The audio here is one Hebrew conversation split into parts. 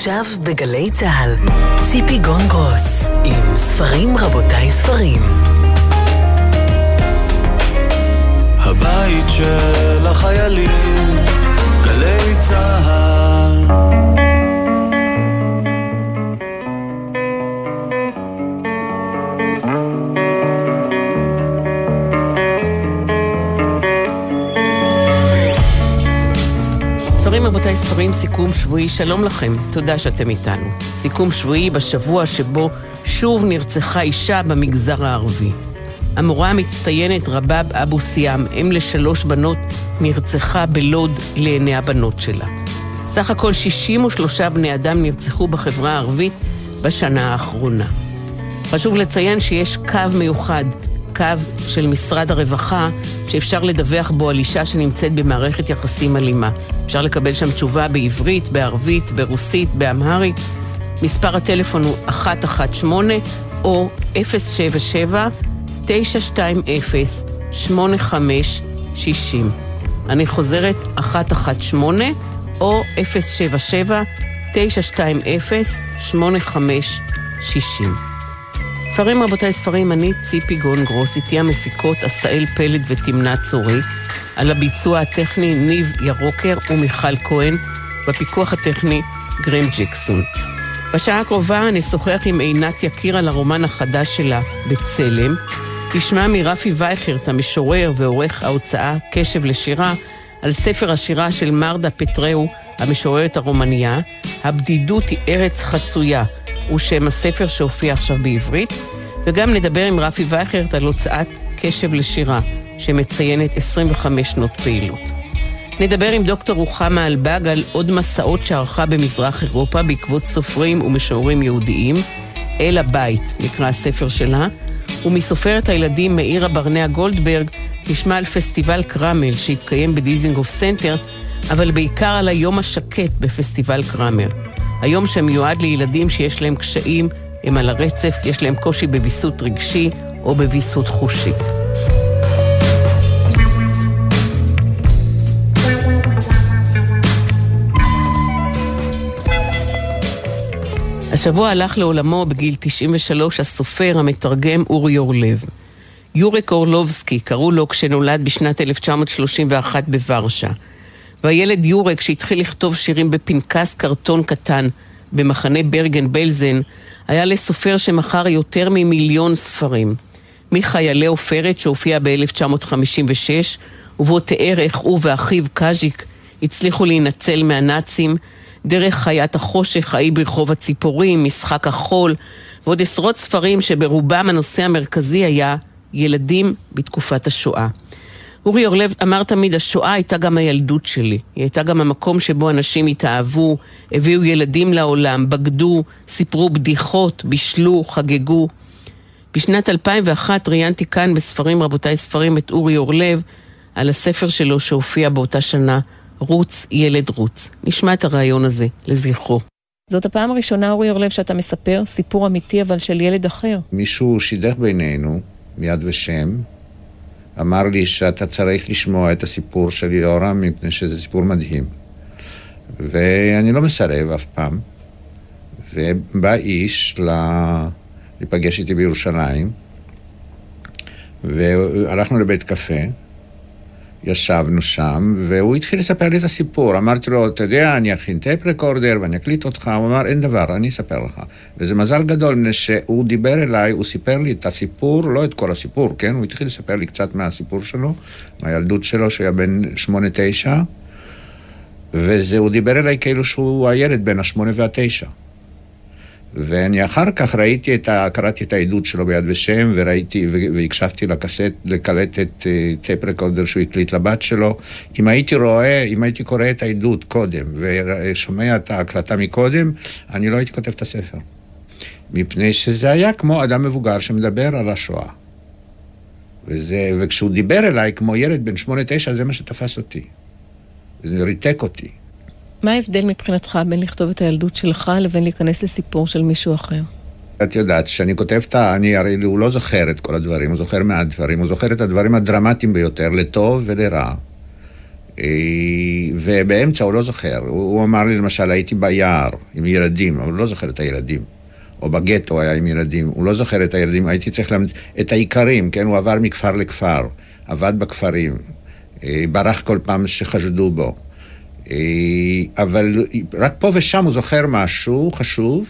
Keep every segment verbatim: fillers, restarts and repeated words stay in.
עכשיו בגלי צהל, ציפי גונגרוס, עם ספרים רבותיי ספרים. הבית של החיילים, גלי צהל. ספרים רבותיי ספרים, סיכום שבועי, שלום לכם, תודה שאתם איתנו. סיכום שבועי בשבוע שבו שוב נרצחה אישה במגזר הערבי. המורה המצטיינת רבאב אבו סיאם, אם לשלוש בנות, נרצחה בלוד לעיני הבנות שלה. סך הכל שישים ושלושה בני אדם נרצחו בחברה הערבית בשנה האחרונה. חשוב לציין שיש קו מיוחד, קו של משרד הרווחה, שאפשר לדווח בו על אישה שנמצאת במערכת יחסים אלימה. אפשר לקבל שם תשובה בעברית, בערבית, ברוסית, באמהרית. מספר הטלפון הוא אחת אחת שמונה או אפס שבע שבע תשע שתיים אפס שמונה חמש שש אפס. אני חוזרת אחת אחת שמונה או אפס שבע שבע תשע שתיים אפס שמונה חמש שש אפס. ספרים רבותיי ספרים, אני ציפי גונגרוס, איתי המפיקות אסאל פלד ותמנה צורי, על הביצוע הטכני ניב ירוקר ומיכל כהן, בפיקוח הטכני גרם ג'קסון. בשעה הקרובה נשוחח עם עינת יקיר על הרומן החדש שלה, בצלם. תשמע מרפי וייכרט, המשורר ועורך ההוצאה קשב לשירה, על ספר השירה של מרדה פטראו, המשוררת הרומניה, הבדידות היא ארץ חצויה, הוא שם הספר שהופיע עכשיו בעברית, וגם נדבר עם רפי וייכרט על הוצאת קשב לשירה, שמציינת עשרים וחמש שנות פעילות. נדבר עם דוקטור רוחמה אלבג על עוד מסעות שערכה במזרח אירופה בעקבות סופרים ומשוררים יהודיים. אל הבית נקרא הספר שלה, ומסופרת הילדים מאירה ברנע גולדברג נשמע על פסטיבל קרמל שהתקיים בדיזינגוף סנטר, אבל בעיקר על היום השקט בפסטיבל קרמל. היום שמיועד לילדים שיש להם קשיים, הם על הרצף, יש להם קושי בביסות רגשי או בביסות חושי. השבוע הלך לעולמו בגיל תשעים ושלוש הסופר המתרגם אורי אורלב. יורק אורלובסקי קראו לו כשנולד בשנת אלף תשע מאות שלושים ואחת בוורשה. והילד יורק שהתחיל לכתוב שירים בפנקס קרטון קטן במחנה ברגן בלזן, היה לסופר שמכר יותר ממיליון ספרים. מחיילי עופרת שהופיע ב-אלף תשע מאות חמישים ושש, ובו תיאר איך הוא ואחיו קאז'יק הצליחו להינצל מהנאצים, דרך חיית החושך, האי ברחוב הציפורים, משחק החול, ועוד עשרות ספרים שברובם הנושא המרכזי היה ילדים בתקופת השואה. אורי אורלב אמר תמיד, השואה הייתה גם הילדות שלי. היא הייתה גם המקום שבו אנשים התאהבו, הביאו ילדים לעולם, בגדו, סיפרו בדיחות, בישלו, חגגו. בשנת אלפיים ואחת ראיינתי כאן בספרים רבותיי ספרים את אורי אורלב על הספר שלו שהופיע באותה שנה, רוץ ילד רוץ. נשמע את הרעיון הזה לזכרו. זאת הפעם הראשונה, אורי אורלב, שאתה מספר סיפור אמיתי אבל של ילד אחר. מישהו שידך בינינו, מיד ושם, אמר לי שאתה צריך לשמוע את הסיפור של יורם, מפני שזה סיפור מדהים. ואני לא מסרב אף פעם. ובא איש להיפגש איתי בירושלים, והלכנו לבית קפה, ישבנו שם, והוא התחיל לספר לי את הסיפור. אמרתי לו, אתה יודע, אני אכין טייפ רקורדר ואני אקליט אותך. הוא אמר, אין דבר, אני אספר לך. וזה מזל גדול, שהוא דיבר אליי, הוא סיפר לי את הסיפור, לא את כל הסיפור, כן? הוא התחיל לספר לי קצת מהסיפור שלו, מהילדות שלו, שהוא היה בן שמונה תשע, והוא דיבר אליי כאילו שהוא הילד בין השמונה והתשע. ואני אחר כך ראיתי את ה... קראתי את העדות שלו ביד ושם, וראיתי, והקשבתי לקסט, לקלט את טייפ רקורדר שהוא הקליט לבת שלו. אם הייתי רואה, אם הייתי קורא את העדות קודם, ושומע את ההקלטה מקודם, אני לא הייתי כותב את הספר. מפני שזה היה כמו אדם מבוגר שמדבר על השואה. וזה, וכשהוא דיבר אליי כמו ילד בן שמונה תשע, זה מה שתפס אותי. זה ריתק אותי. מה ההבדל מבחינתך בין לכתוב את הילדות שלך לבין להיכנס לסיפור של מישהו אחר? את יודעת, שאני כותב את ה... אני הרי הוא לא זוכר את כל הדברים, הוא זוכר מעט דברים, הוא זוכר את הדברים הדרמטיים ביותר, לטוב ולרע. ובאמצע הוא לא זוכר. הוא אמר לי, למשל, הייתי ביער עם ילדים, אבל הוא לא זוכר את הילדים. או בגטו היה עם ילדים, הוא לא זוכר את הילדים, הייתי צריך למד... את העיקרים, כן? הוא עבר מכפר לכפר, עבד בכפרים, ברח כל פעם שחשדו בו. אבל רק פה ושם הוא זוכר משהו חשוב,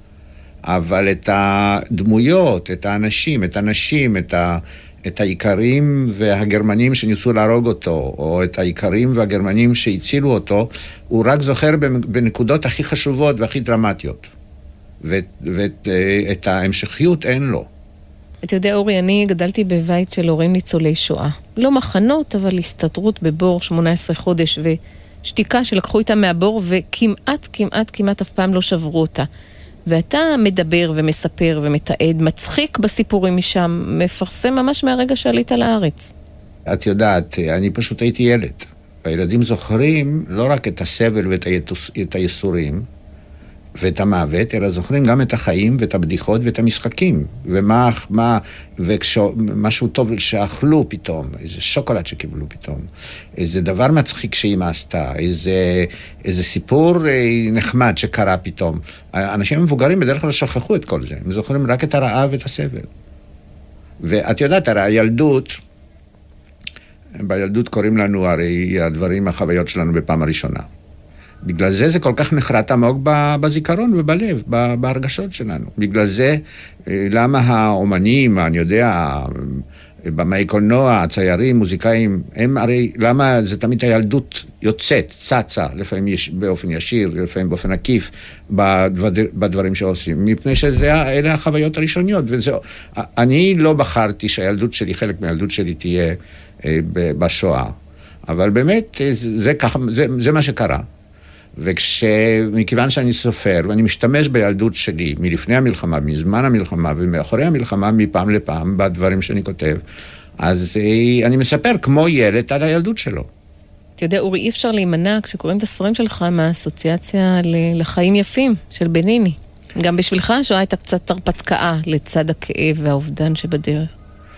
אבל את הדמויות, את האנשים, את הנשים, את, ה, את העיקרים והגרמנים שניסו להרוג אותו, או את העיקרים והגרמנים שהצילו אותו, הוא רק זוכר בנקודות הכי חשובות והכי דרמטיות. ואת, ואת את ההמשכיות אין לו. אתה יודע, אורי, אני גדלתי בבית של הורים ניצולי שואה. לא מחנות, אבל הסתתרות בבור שמונה עשרה חודש, ושתיקה שלקחו איתה מהבור, וכמעט, כמעט, כמעט אף פעם לא שברו אותה. ואתה מדבר ומספר ומתעד, מצחיק בסיפורים משם, מפרסם ממש מהרגע שעלית לארץ. את יודעת, אני פשוט הייתי ילד. הילדים זוכרים לא רק את הסבל ואת הייסורים, ואת המוות, אלא זוכרים גם את החיים ואת הבדיחות ואת המשחקים. ומה, מה, ומשהו טוב שאכלו פתאום, איזה שוקולד שקיבלו פתאום, איזה דבר מצחיק שאמא עשתה, איזה, איזה סיפור נחמד שקרה פתאום. אנשים מבוגרים בדרך כלל שכחו את כל זה, הם זוכרים רק את הרעב ואת הסבל. ואת יודעת, הרי הילדות, בילדות קוראים לנו הרי הדברים, החוויות שלנו בפעם הראשונה. בגלל זה זה כל כך נחרט עמוק בזיכרון ובלב, בהרגשות שלנו. בגלל זה, למה האומנים, אני יודע, במאי קולנוע, הציירים, מוזיקאים, הם הרי, למה זה תמיד הילדות יוצאת, צצה, לפעמים יש, באופן ישיר, לפעמים באופן עקיף, בדבר, בדברים שעושים. מפני שזה, אלה החוויות הראשוניות. וזה, אני לא בחרתי שהילדות שלי, חלק מהילדות שלי תהיה בשואה. אבל באמת, זה, ככה, זה, זה מה שקרה. וכשמכיוון שאני סופר, ואני משתמש בילדות שלי, מלפני המלחמה, מזמן המלחמה, ומאחורי המלחמה, מפעם לפעם, בדברים שאני כותב, אז אני מספר כמו ילד על הילדות שלו. אתה יודע, אורי, אי אפשר להימנע, כשקוראים את הספרים שלך, מהאסוציאציה לחיים יפים של בניני. גם בשבילך, השואה הייתה קצת הרפתקה לצד הכאב והאובדן שבדרך.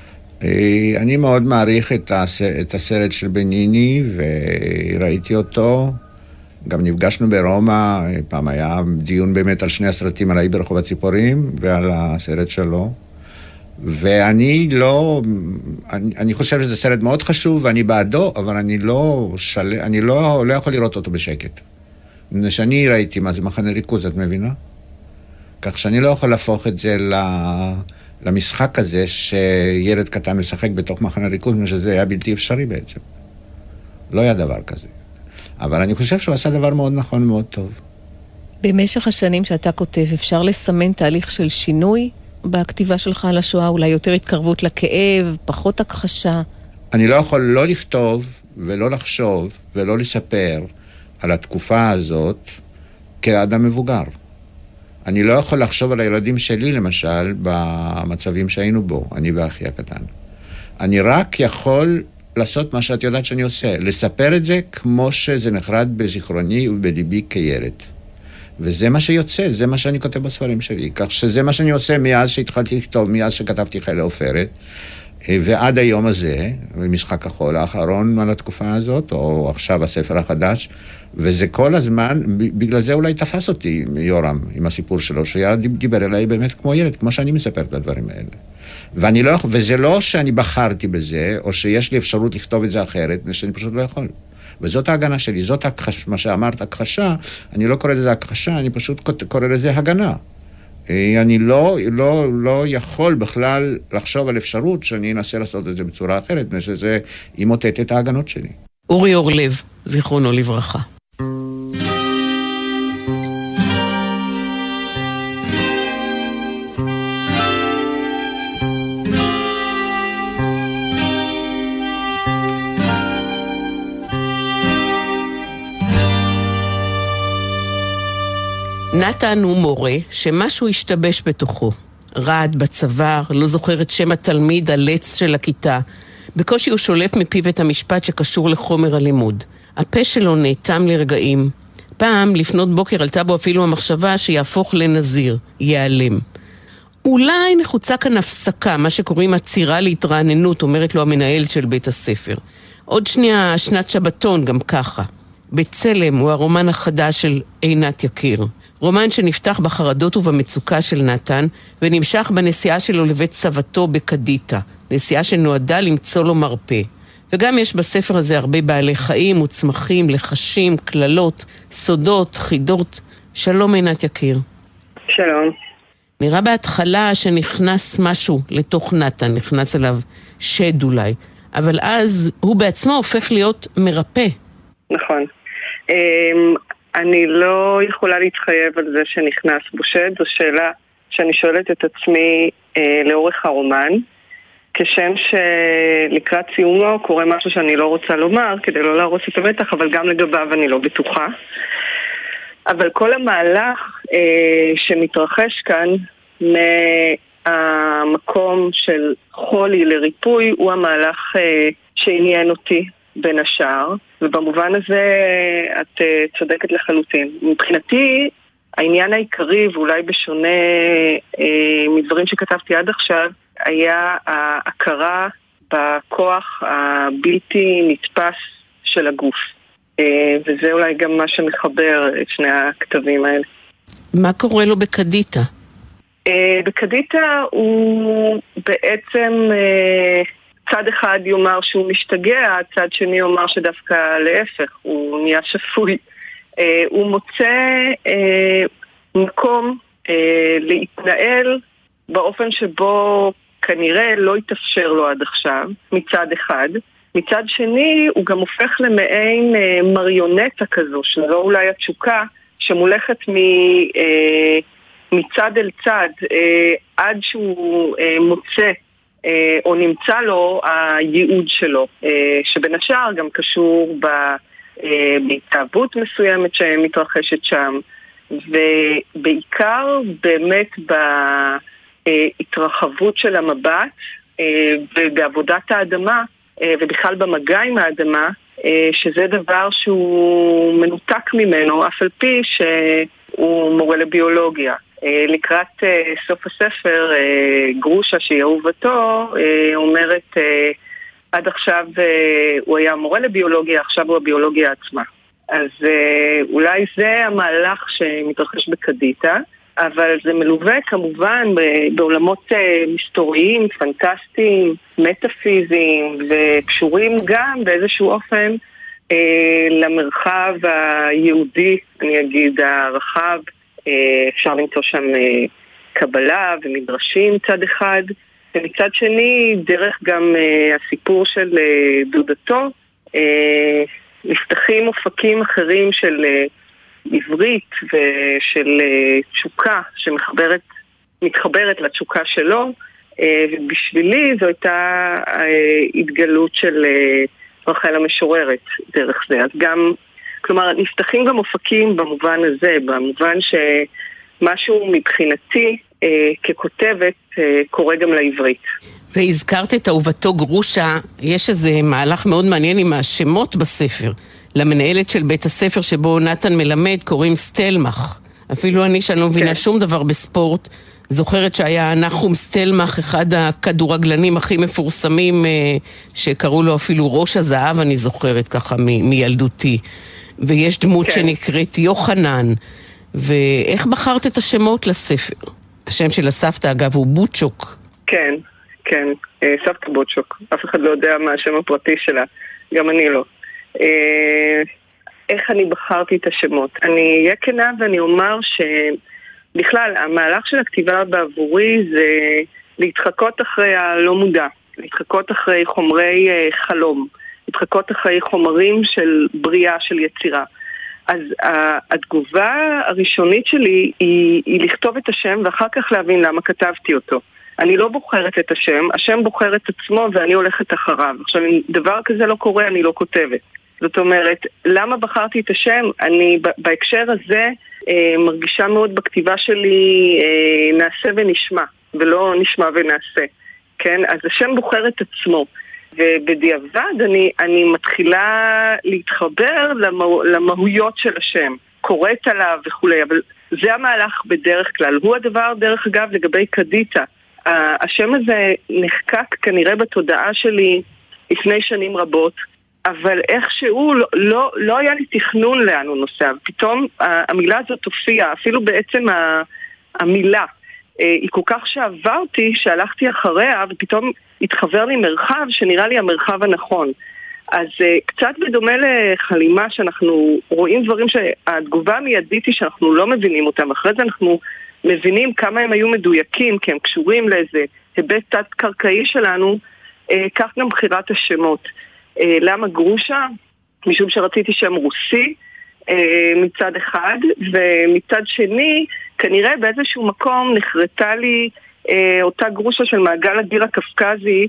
אני מאוד מעריך את הסרט של בניני, וראיתי אותו. גם נפגשנו ברומא, פעם היה דיון באמת על שני הסרטים, על האי ברחוב הציפורים ועל הסרט שלו. ואני לא, אני, אני חושב שזה סרט מאוד חשוב ואני בעדו, אבל אני לא, של, אני לא, לא יכול לראות אותו בשקט. שאני ראיתי מה זה מחנה ריכוז, את מבינה? כך שאני לא יכול להפוך את זה למשחק הזה שילד קטן משחק בתוך מחנה ריכוז, שזה היה בלתי אפשרי בעצם. לא היה דבר כזה. אבל אני חושב שהוא עשה דבר מאוד נכון ומאוד טוב. במשך השנים שאתה כותב, אפשר לסמן תהליך של שינוי בכתיבה שלך על השואה? אולי יותר התקרבות לכאב, פחות הכחשה? אני לא יכול לא לכתוב ולא לחשוב ולא לספר על התקופה הזאת כאדם מבוגר. אני לא יכול לחשוב על הילדים שלי, למשל, במצבים שהיינו בו, אני ואחי הקטן. אני רק יכול לעשות מה שאת יודעת שאני עושה, לספר את זה כמו שזה נחרד בזיכרוני ובליבי כילד. וזה מה שיוצא, זה מה שאני כותב בספרים שלי, כך שזה מה שאני עושה מאז שהתחלתי לכתוב, מאז שכתבתי חיל העופרת, ועד היום הזה, במשחק החול האחרון על התקופה הזאת, או עכשיו הספר החדש, וזה כל הזמן, בגלל זה אולי תפס אותי יורם עם הסיפור שלו, שהיה דיבר אליי באמת כמו ילד, כמו שאני מספר את הדברים האלה. ואני לא, וזה לא שאני בחרתי בזה, או שיש לי אפשרות לכתוב את זה אחרת, שאני פשוט לא יכול. וזאת ההגנה שלי, זאת הכחש, מה שאמרת, הכחשה, אני לא קורא לזה הכחשה, אני פשוט קורא לזה הגנה. אני לא, לא, לא יכול בכלל לחשוב על אפשרות שאני אנסה לעשות את זה בצורה אחרת, שזה ימוטט את ההגנות שלי. אורי אורלב, זיכרונו לברכה. נתן הוא מורה שמשהו השתבש בתוכו. רעד בצוואר, לא זוכר את שם התלמיד הלץ של הכיתה. בקושי הוא שולף מפיו את המשפט שקשור לחומר הלימוד. הפה שלו נאטם לרגעים. פעם, לפנות בוקר, עלתה בו אפילו המחשבה שיהפוך לנזיר, ייעלם. אולי נחוצה כאן הפסקה, מה שקוראים עצירה להתרעננות, אומרת לו המנהלת של בית הספר. עוד שנייה שנת שבתון גם ככה. בצלם הוא הרומן החדש של עינת יקיר. רומן שנפתח בחרדות ובמצוקה של נתן, ונמשך בנסיעה שלו לבית סבתו בקדיטה, נסיעה שנועדה למצוא לו מרפא. וגם יש בספר הזה הרבה בעלי חיים וצמחים, לחשים, כללות, סודות, חידות. שלום עינת יקיר. שלום. נראה בהתחלה שנכנס משהו לתוך נתן, נכנס אליו שד אולי, אבל אז הוא בעצמו הופך להיות מרפא. נכון. אני לא יכולה להתחייב על זה שנכנס בו שד, זו שאלה שאני שואלת את עצמי לאורך הרומן, כשם שלקראת סיומו קורה משהו שאני לא רוצה לומר, כדי לא להרוס את המתח, אבל גם לגביו אני לא בטוחה. אבל כל המהלך אה, שמתרחש כאן מהמקום של חולי לריפוי הוא המהלך אה, שעניין אותי בין השאר, ובמובן הזה את אה, צודקת לחלוטין. מבחינתי העניין העיקרי, ואולי בשונה אה, מדברים שכתבתי עד עכשיו, היה ההכרה בכוח הבלתי נתפס של הגוף. וזה אולי גם מה שמחבר את שני הכתבים האלה. מה קורה לו בקדיטה? בקדיטה הוא בעצם צד אחד יאמר שהוא משתגע, צד שני יאמר שדווקא להפך, הוא נהיה שפוי. הוא מוצא מקום להתנהל באופן שבו כנראה לא יתאפשר לו עד עכשיו, מצד אחד. מצד שני, הוא גם הופך למעין אה, מריונטה כזו, שזו אולי התשוקה, שמולכת מ, אה, מצד אל צד, אה, עד שהוא אה, מוצא אה, או נמצא לו הייעוד שלו, אה, שבין השאר גם קשור ב, אה, בהתאהבות מסוימת שמתרחשת שם, ובעיקר באמת בהתרחבות של המבט אה, ובעבודת האדמה, ובכלל במגע עם האדמה, שזה דבר שהוא מנותק ממנו, אף על פי שהוא מורה לביולוגיה. לקראת סוף הספר, גרושה שהיא אהובתו, אומרת, עד עכשיו הוא היה מורה לביולוגיה, עכשיו הוא הביולוגיה עצמה. אז אולי זה המהלך שמתרחש בקדיטה, אבל זה מלווה כמובן בעולמות מסתוריים, פנטסטיים, מטאפיזיים, וקשורים גם באיזשהו אופן אה, למרחב היהודי, אני אגיד, הרחב. אה, אפשר למצוא שם אה, קבלה ומדרשים מצד אחד, ומצד שני, דרך גם אה, הסיפור של אה, דודתו, אה, נפתחים אופקים אחרים של אה, עברית ושל תשוקה שמחברת, מתחברת לתשוקה שלו, ובשבילי זו הייתה התגלות של רחל המשוררת דרך זה. אז גם, כלומר, נפתחים גם אופקים במובן הזה, במובן שמשהו מבחינתי ככותבת קורה גם לעברית. והזכרת את אהובתו גרושה, יש איזה מהלך מאוד מעניין עם השמות בספר. למנהלת של בית הספר שבו נתן מלמד קוראים סטלמך. אפילו אני שאני לא מבינה שום דבר בספורט, זוכרת שהיה נחום סטלמך, אחד הכדורגלנים הכי מפורסמים, שקראו לו אפילו ראש הזהב, אני זוכרת ככה מ- מילדותי. ויש דמות כן. שנקראת יוחנן. ואיך בחרת את השמות לספר? השם של הסבתא אגב הוא בוצ'וק. כן, כן, סבתא בוצ'וק. אף אחד לא יודע מה השם הפרטי שלה, גם אני לא. איך אני בחרתי את השמות? אני אהיה כנה ואני אומר שבכלל המהלך של הכתיבה בעבורי זה להתחקות אחרי הלא מודע, להתחקות אחרי חומרי חלום, להתחקות אחרי חומרים של בריאה, של יצירה. אז התגובה הראשונית שלי היא, היא לכתוב את השם ואחר כך להבין למה כתבתי אותו. אני לא בוחרת את השם, השם בוחר את עצמו ואני הולכת אחריו. עכשיו, אם דבר כזה לא קורה, אני לא כותבת. זאת אומרת, למה בחרתי את השם? אני בהקשר הזה אה, מרגישה מאוד בכתיבה שלי אה, נעשה ונשמע, ולא נשמע ונעשה. כן? אז השם בוחר את עצמו. ובדיעבד אני, אני מתחילה להתחבר למה, למהויות של השם. קוראת עליו וכולי, אבל זה המהלך בדרך כלל. הוא הדבר, דרך אגב, לגבי קדיטה. השם הזה נחקק כנראה בתודעה שלי לפני שנים רבות, אבל איכשהו לא, לא, לא היה לי תכנון לאן הוא נוסע. פתאום המילה הזאת הופיעה, אפילו בעצם המילה. היא כל כך שאהבה אותי שהלכתי אחריה ופתאום התחבר לי מרחב שנראה לי המרחב הנכון. אז קצת בדומה לחלימה שאנחנו רואים דברים שהתגובה המיידית היא שאנחנו לא מבינים אותם. אחרי זה אנחנו מבינים כמה הם היו מדויקים, כי הם קשורים לאיזה היבט תת-קרקעי שלנו, כך גם בחירת השמות. למה גרושה? משום שרציתי שם רוסי מצד אחד, ומצד שני, כנראה באיזשהו מקום נחרטה לי אותה גרושה של מעגל הגיל הקפקזי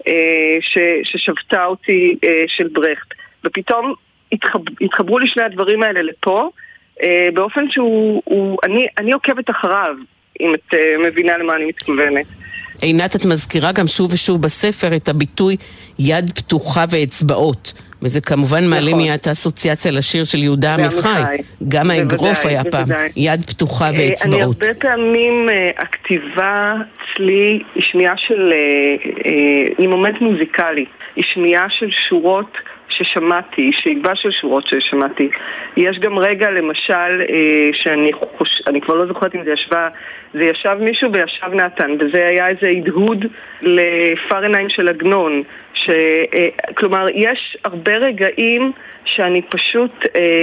ששבתה אותי של ברכט. ופתאום התחברו לי שני הדברים האלה לפה, באופן שהוא, אני, אני עוקבת אחריו, אם את מבינה למה אני מתכוונת. עינת, את מזכירה גם שוב ושוב בספר את הביטוי יד פתוחה ואצבעות, וזה כמובן מעלה מיד את האסוציאציה לשיר של יהודה עמיחי. גם האגרוף היה פעם, יד פתוחה ואצבעות. אני הרבה פעמים, הכתיבה אצלי היא שמיעה של, היא מומנט מוזיקלי, היא שמיעה של שורות ששמעתי, שאיגבה של שורות ששמעתי. יש גם רגע, למשל, שאני חוש... אני כבר לא זוכרת אם זה ישבה, זה ישב מישהו וישב נתן, וזה היה איזה הדהוד לפרנהייט של עגנון. ש... כלומר, יש הרבה רגעים שאני פשוט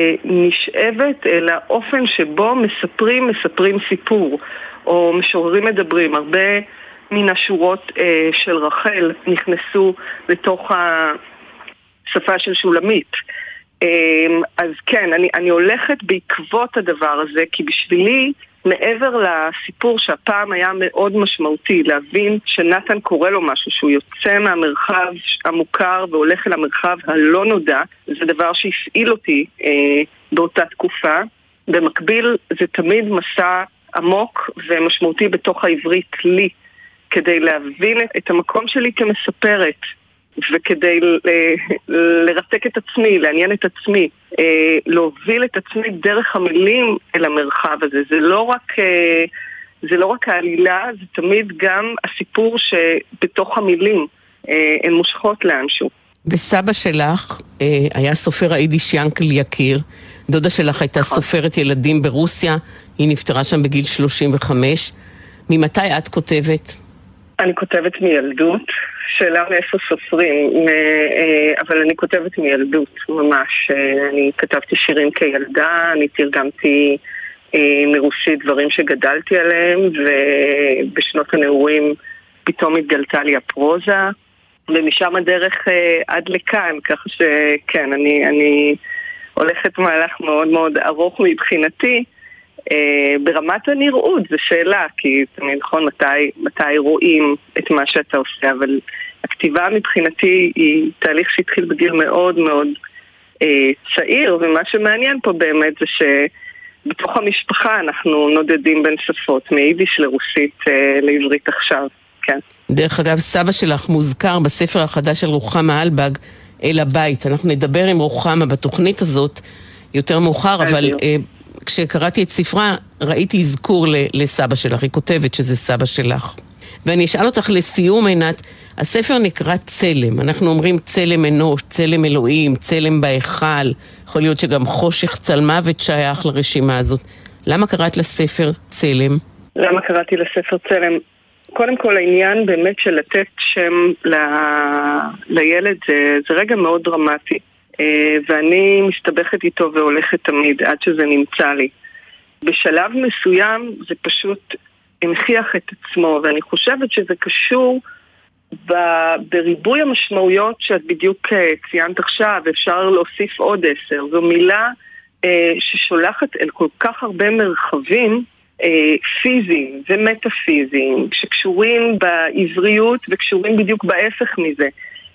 נשאבת אל האופן שבו מספרים, מספרים סיפור, או משוררים מדברים. הרבה מן השורות של רחל נכנסו לתוך ה... שפה של שולמית. אז כן, אני, אני הולכת בעקבות הדבר הזה, כי בשבילי, מעבר לסיפור שהפעם היה מאוד משמעותי, להבין שנתן קורא לו משהו, שהוא יוצא מהמרחב המוכר והולך אל המרחב הלא נודע, זה דבר שהפעיל אותי אה, באותה תקופה. במקביל, זה תמיד מסע עמוק ומשמעותי בתוך העברית לי, כדי להבין את המקום שלי כמספרת. וכדי לרתק את עצמי, לעניין את עצמי, להוביל את עצמי דרך המילים אל המרחב הזה. זה לא רק, זה לא רק העלילה, זה תמיד גם הסיפור שבתוך המילים הן מושכות לאנשהו. וסבא שלך היה סופר היידיש ינקל יקיר, דודה שלך הייתה סופרת ילדים ברוסיה, היא נפטרה שם בגיל שלושים וחמש. ממתי את כותבת? אני כותבת מילדות, שאלה מאיפה סופרים, אבל אני כותבת מילדות ממש. אני כתבתי שירים כילדה, אני תרגמתי מרוסית דברים שגדלתי עליהם, ובשנות הנעורים פתאום התגלתה לי הפרוזה, ומשם הדרך עד לכאן, ככה שכן, אני, אני הולכת מהלך מאוד מאוד ארוך מבחינתי, ברמת הנראות, זו שאלה, כי תמיד נכון מתי, מתי רואים את מה שאתה עושה, אבל הכתיבה מבחינתי היא תהליך שהתחיל בגיל מאוד מאוד אה, צעיר, ומה שמעניין פה באמת זה שבתוך המשפחה אנחנו נודדים בין שפות, מיידיש לרוסית אה, לעברית עכשיו, כן. דרך אגב, סבא שלך מוזכר בספר החדש של רוחמה אלבג, אל הבית. אנחנו נדבר עם רוחמה בתוכנית הזאת יותר מאוחר, אבל... אה, כשקראתי את ספרה, ראיתי אזכור לסבא שלך, היא כותבת שזה סבא שלך. ואני אשאל אותך לסיום, עינת, הספר נקרא צלם. אנחנו אומרים צלם אנוש, צלם אלוהים, צלם בהיכל. יכול להיות שגם חושך צלמוות שייך לרשימה הזאת. למה קראת לספר צלם? למה קראתי לספר צלם? קודם כל העניין באמת של לתת שם ל... לילד זה, זה רגע מאוד דרמטי. ואני מסתבכת איתו והולכת תמיד עד שזה נמצא לי. בשלב מסוים זה פשוט המחיח את עצמו, ואני חושבת שזה קשור בריבוי המשמעויות שאת בדיוק ציינת עכשיו, אפשר להוסיף עוד עשר. זו מילה ששולחת אל כל כך הרבה מרחבים פיזיים ומטאפיזיים שקשורים בעבריות וקשורים בדיוק בהפך מזה.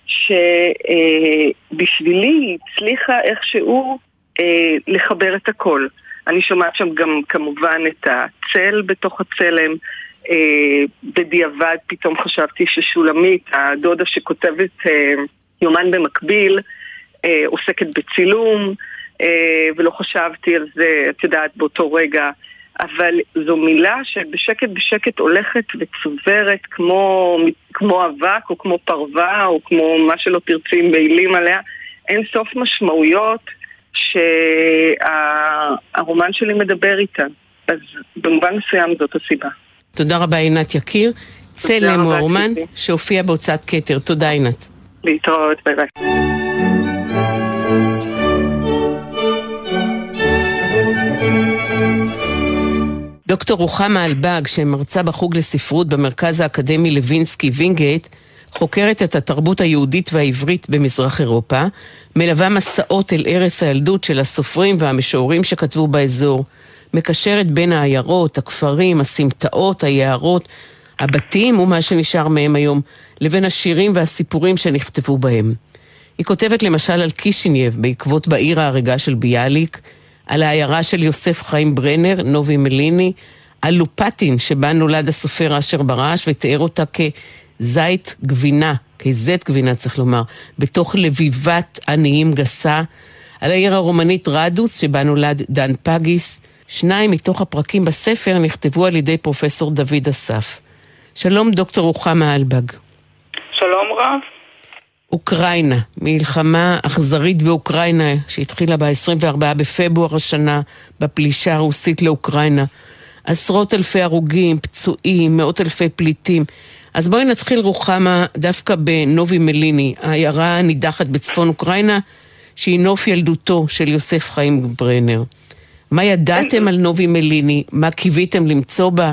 שבשבילי היא הצליחה איכשהו אה, לחבר את הכל. אני שומעת שם גם כמובן את הצל בתוך הצלם, אה, בדיעבד פתאום חשבתי ששולמית, הדודה שכותבת אה, יומן במקביל, אה, עוסקת בצילום, אה, ולא חשבתי על זה, את יודעת, באותו רגע, אבל זו מילה שבשקט בשקט הולכת וצוברת כמו, כמו אבק או כמו פרווה או כמו מה שלא תרצים בעילים עליה, אין סוף משמעויות שהרומן שלי מדבר איתה. אז במובן מסוים זאת הסיבה. תודה רבה עינת יקיר. צלם הוא הרומן שהופיע בהוצאת כתר. תודה עינת. להתראות, ביי ביי. דוקטור רוחמה אלבג, שמרצה בחוג לספרות במרכז האקדמי לוינסקי וינגייט, חוקרת את התרבות היהודית והעברית במזרח אירופה, מלווה מסעות אל ערש הילדות של הסופרים והמשוררים שכתבו באזור, מקשרת בין העיירות, הכפרים, הסמטאות, היערות, הבתים ומה שנשאר מהם היום, לבין השירים והסיפורים שנכתבו בהם. היא כותבת למשל על קישינייב בעקבות בעיר ההרגה של ביאליק, על העיירה של יוסף חיים ברנר, נובי מליני, על לופטין שבה נולד הסופר אשר ברש ותיאר אותה כזית גבינה, כזית גבינה צריך לומר, בתוך לביבת עניים גסה, על העיר הרומנית רדוס שבה נולד דן פגיס. שניים מתוך הפרקים בספר נכתבו על ידי פרופסור דוד אסף. שלום דוקטור רוחמה אלבג. שלום רב. אוקראינה, מלחמה אכזרית באוקראינה שהתחילה ב-עשרים וארבעה בפברואר השנה בפלישה הרוסית לאוקראינה. עשרות אלפי הרוגים, פצועים, מאות אלפי פליטים. אז בואי נתחיל רוחמה דווקא בנובי מליני, העיירה הנידחת בצפון אוקראינה, שהיא נוף ילדותו של יוסף חיים ברנר. מה ידעתם על נובי מליני? מה קיוויתם למצוא בה?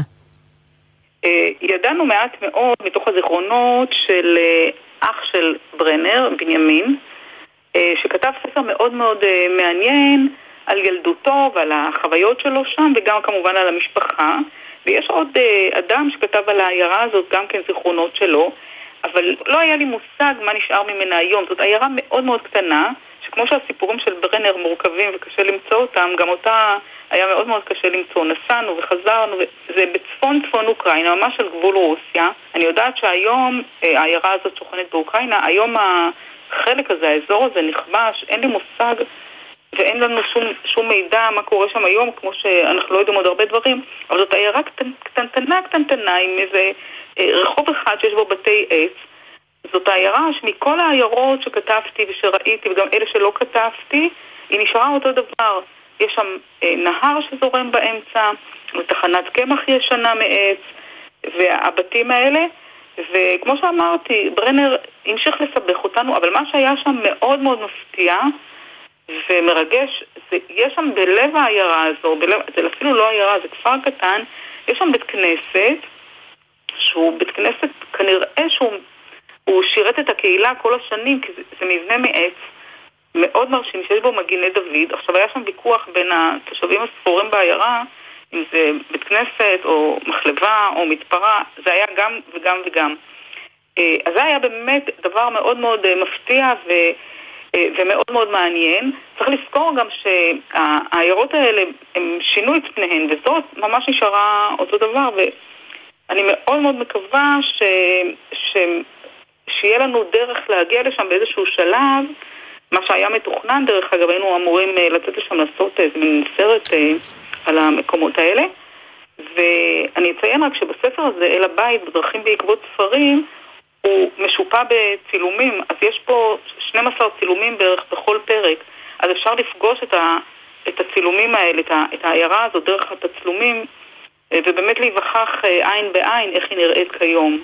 ידענו מעט מאוד מתוך הזיכרונות של אח של ברנר, בנימין, שכתב ספר מאוד מאוד מעניין על ילדותו ועל החוויות שלו שם, וגם כמובן על המשפחה. ויש עוד אדם שכתב על העיירה הזאת גם כן זיכרונות שלו, אבל לא היה לי מושג מה נשאר ממנה היום. זאת עיירה מאוד מאוד קטנה, שכמו שהסיפורים של ברנר מורכבים וקשה למצוא אותם, גם אותה היה מאוד מאוד קשה למצוא. נסענו וחזרנו, זה בצפון צפון אוקראינה, ממש על גבול רוסיה. אני יודעת שהיום העיירה הזאת שוכנת באוקראינה, היום החלק הזה, האזור הזה נכבש, אין לי מושג ואין לנו שום, שום מידע מה קורה שם היום, כמו שאנחנו לא יודעים עוד הרבה דברים, אבל זאת עיירה קטנטנה קטנטנה עם איזה רחוב אחד שיש בו בתי עץ. זאת העיירה שמכל העיירות שכתבתי ושראיתי, וגם אלה שלא כתבתי, היא נשארה אותו דבר. יש שם נהר שזורם באמצע, ותחנת קמח ישנה מעץ, והבתים האלה, וכמו שאמרתי, ברנר המשיך לסבך אותנו, אבל מה שהיה שם מאוד מאוד מפתיע ומרגש, זה, יש שם בלב העיירה הזו, בלב, זה אפילו לא עיירה, זה כפר קטן, יש שם בית כנסת, שהוא בית כנסת כנראה שהוא הוא שירת את הקהילה כל השנים, כי זה, זה מבנה מעץ, מאוד מרשים, שיש בו מגיני דוד. עכשיו היה שם ויכוח בין התושבים הספורים בעיירה, אם זה בית כנסת או מחלבה או מתפרה, זה היה גם וגם וגם. אז זה היה באמת דבר מאוד מאוד מפתיע ו... ומאוד מאוד מעניין. צריך לזכור גם שהעיירות האלה הם שינו את פניהן, וזאת ממש נשארה אותו דבר, ואני מאוד מאוד מקווה ש... ש... שיהיה לנו דרך להגיע לשם באיזשהו שלב, מה שהיה מתוכנן, דרך אגב, היינו אמורים לצאת לשם לעשות איזה מין סרט על המקומות האלה, ואני אציין רק שבספר הזה, אל הבית, בדרכים בעקבות ספרים, הוא משופע בצילומים, אז יש פה שנים עשר צילומים בערך בכל פרק, אז אפשר לפגוש את, ה, את הצילומים האלה, את, ה, את העיירה הזאת דרך התצלומים, ובאמת להיווכח עין בעין איך היא נראית כיום.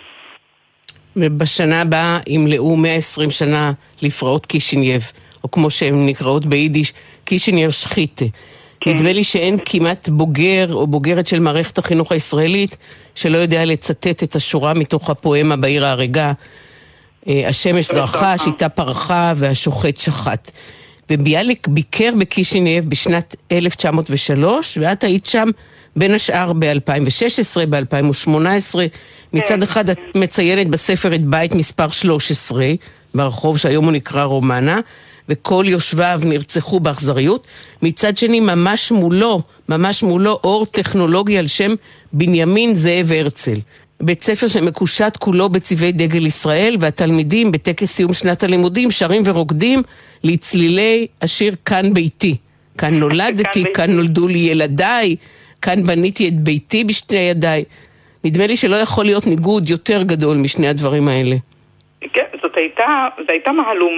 ובשנה הבאה ימלאו מאה ועשרים שנה לפרעות קישינייב, או כמו שהן נקראות ביידיש, קישינייר שחיתה. כן. נדמה לי שאין כמעט בוגר או בוגרת של מערכת החינוך הישראלית שלא יודע לצטט את השורה מתוך הפואמה בעיר ההרגה, השמש זרחה, השיטה פרחה והשוחט שחט. וביאליק ביקר בקישינייב בשנת אלף תשע מאות ושלוש, ואת היית שם בין השאר ב-אלפיים ושש עשרה, ב-אלפיים ושמונה עשרה. מצד אחד את מציינת בספר את בית מספר שלוש עשרה, ברחוב שהיום הוא נקרא רומנה, וכל יושביו נרצחו באכזריות. מצד שני, ממש מולו, ממש מולו אור טכנולוגי על שם בנימין זאב הרצל. בית ספר שמקושט כולו בצבעי דגל ישראל, והתלמידים בטקס סיום שנת הלימודים שרים ורוקדים לצלילי השיר כאן ביתי. כאן נולדתי, כאן נולדו לי ילדיי, כאן בניתי את ביתי בשתי ידיי. נדמה לי שלא יכול להיות ניגוד יותר גדול משני הדברים האלה. כן, זאת הייתה, זאת הייתה מהלומה,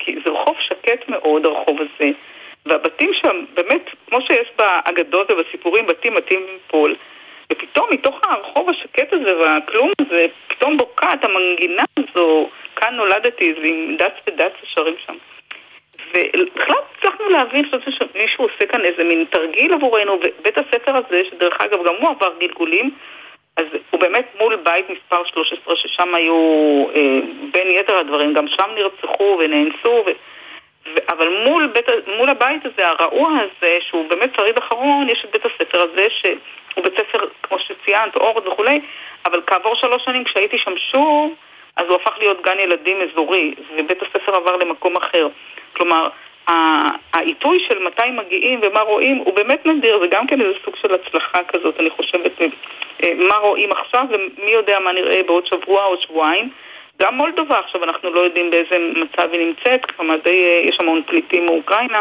כי זה רחוב שקט מאוד, הרחוב הזה, והבתים שם, באמת, כמו שיש באגדות ובסיפורים, בתים מתים פול, ופתאום מתוך הרחוב השקט הזה והכלום הזה, פתאום בוקעת המנגינה הזו, כאן נולדתי, זה עם דץ ודץ שרים שם. ובכלל הצלחנו להבין, אני חושבת שמישהו עושה כאן איזה מין תרגיל עבורנו, ובית הספר הזה, שדרך אגב גם הוא עבר גלגולים, אז הוא באמת מול בית מספר שלוש עשרה, ששם היו אה, בין יתר הדברים, גם שם נרצחו ונאנסו, ו... ו... אבל מול, בית... מול הבית הזה, הרעוע הזה, שהוא באמת שריד אחרון, יש את בית הספר הזה, שהוא בית ספר, כמו שציינת, אורד וכולי, אבל כעבור שלוש שנים כשהייתי שם שוב, אז הוא הפך להיות גן ילדים אזורי, ובית הספר עבר למקום אחר. כלומר, העיתוי של מתי מגיעים ומה רואים הוא באמת נדיר, זה גם כן איזה סוג של הצלחה כזאת, אני חושבת, מה רואים עכשיו ומי יודע מה נראה בעוד שבוע או שבועיים. גם מולדובה עכשיו אנחנו לא יודעים באיזה מצב היא נמצאת, כלומר די, יש המון פליטים מאוקראינה.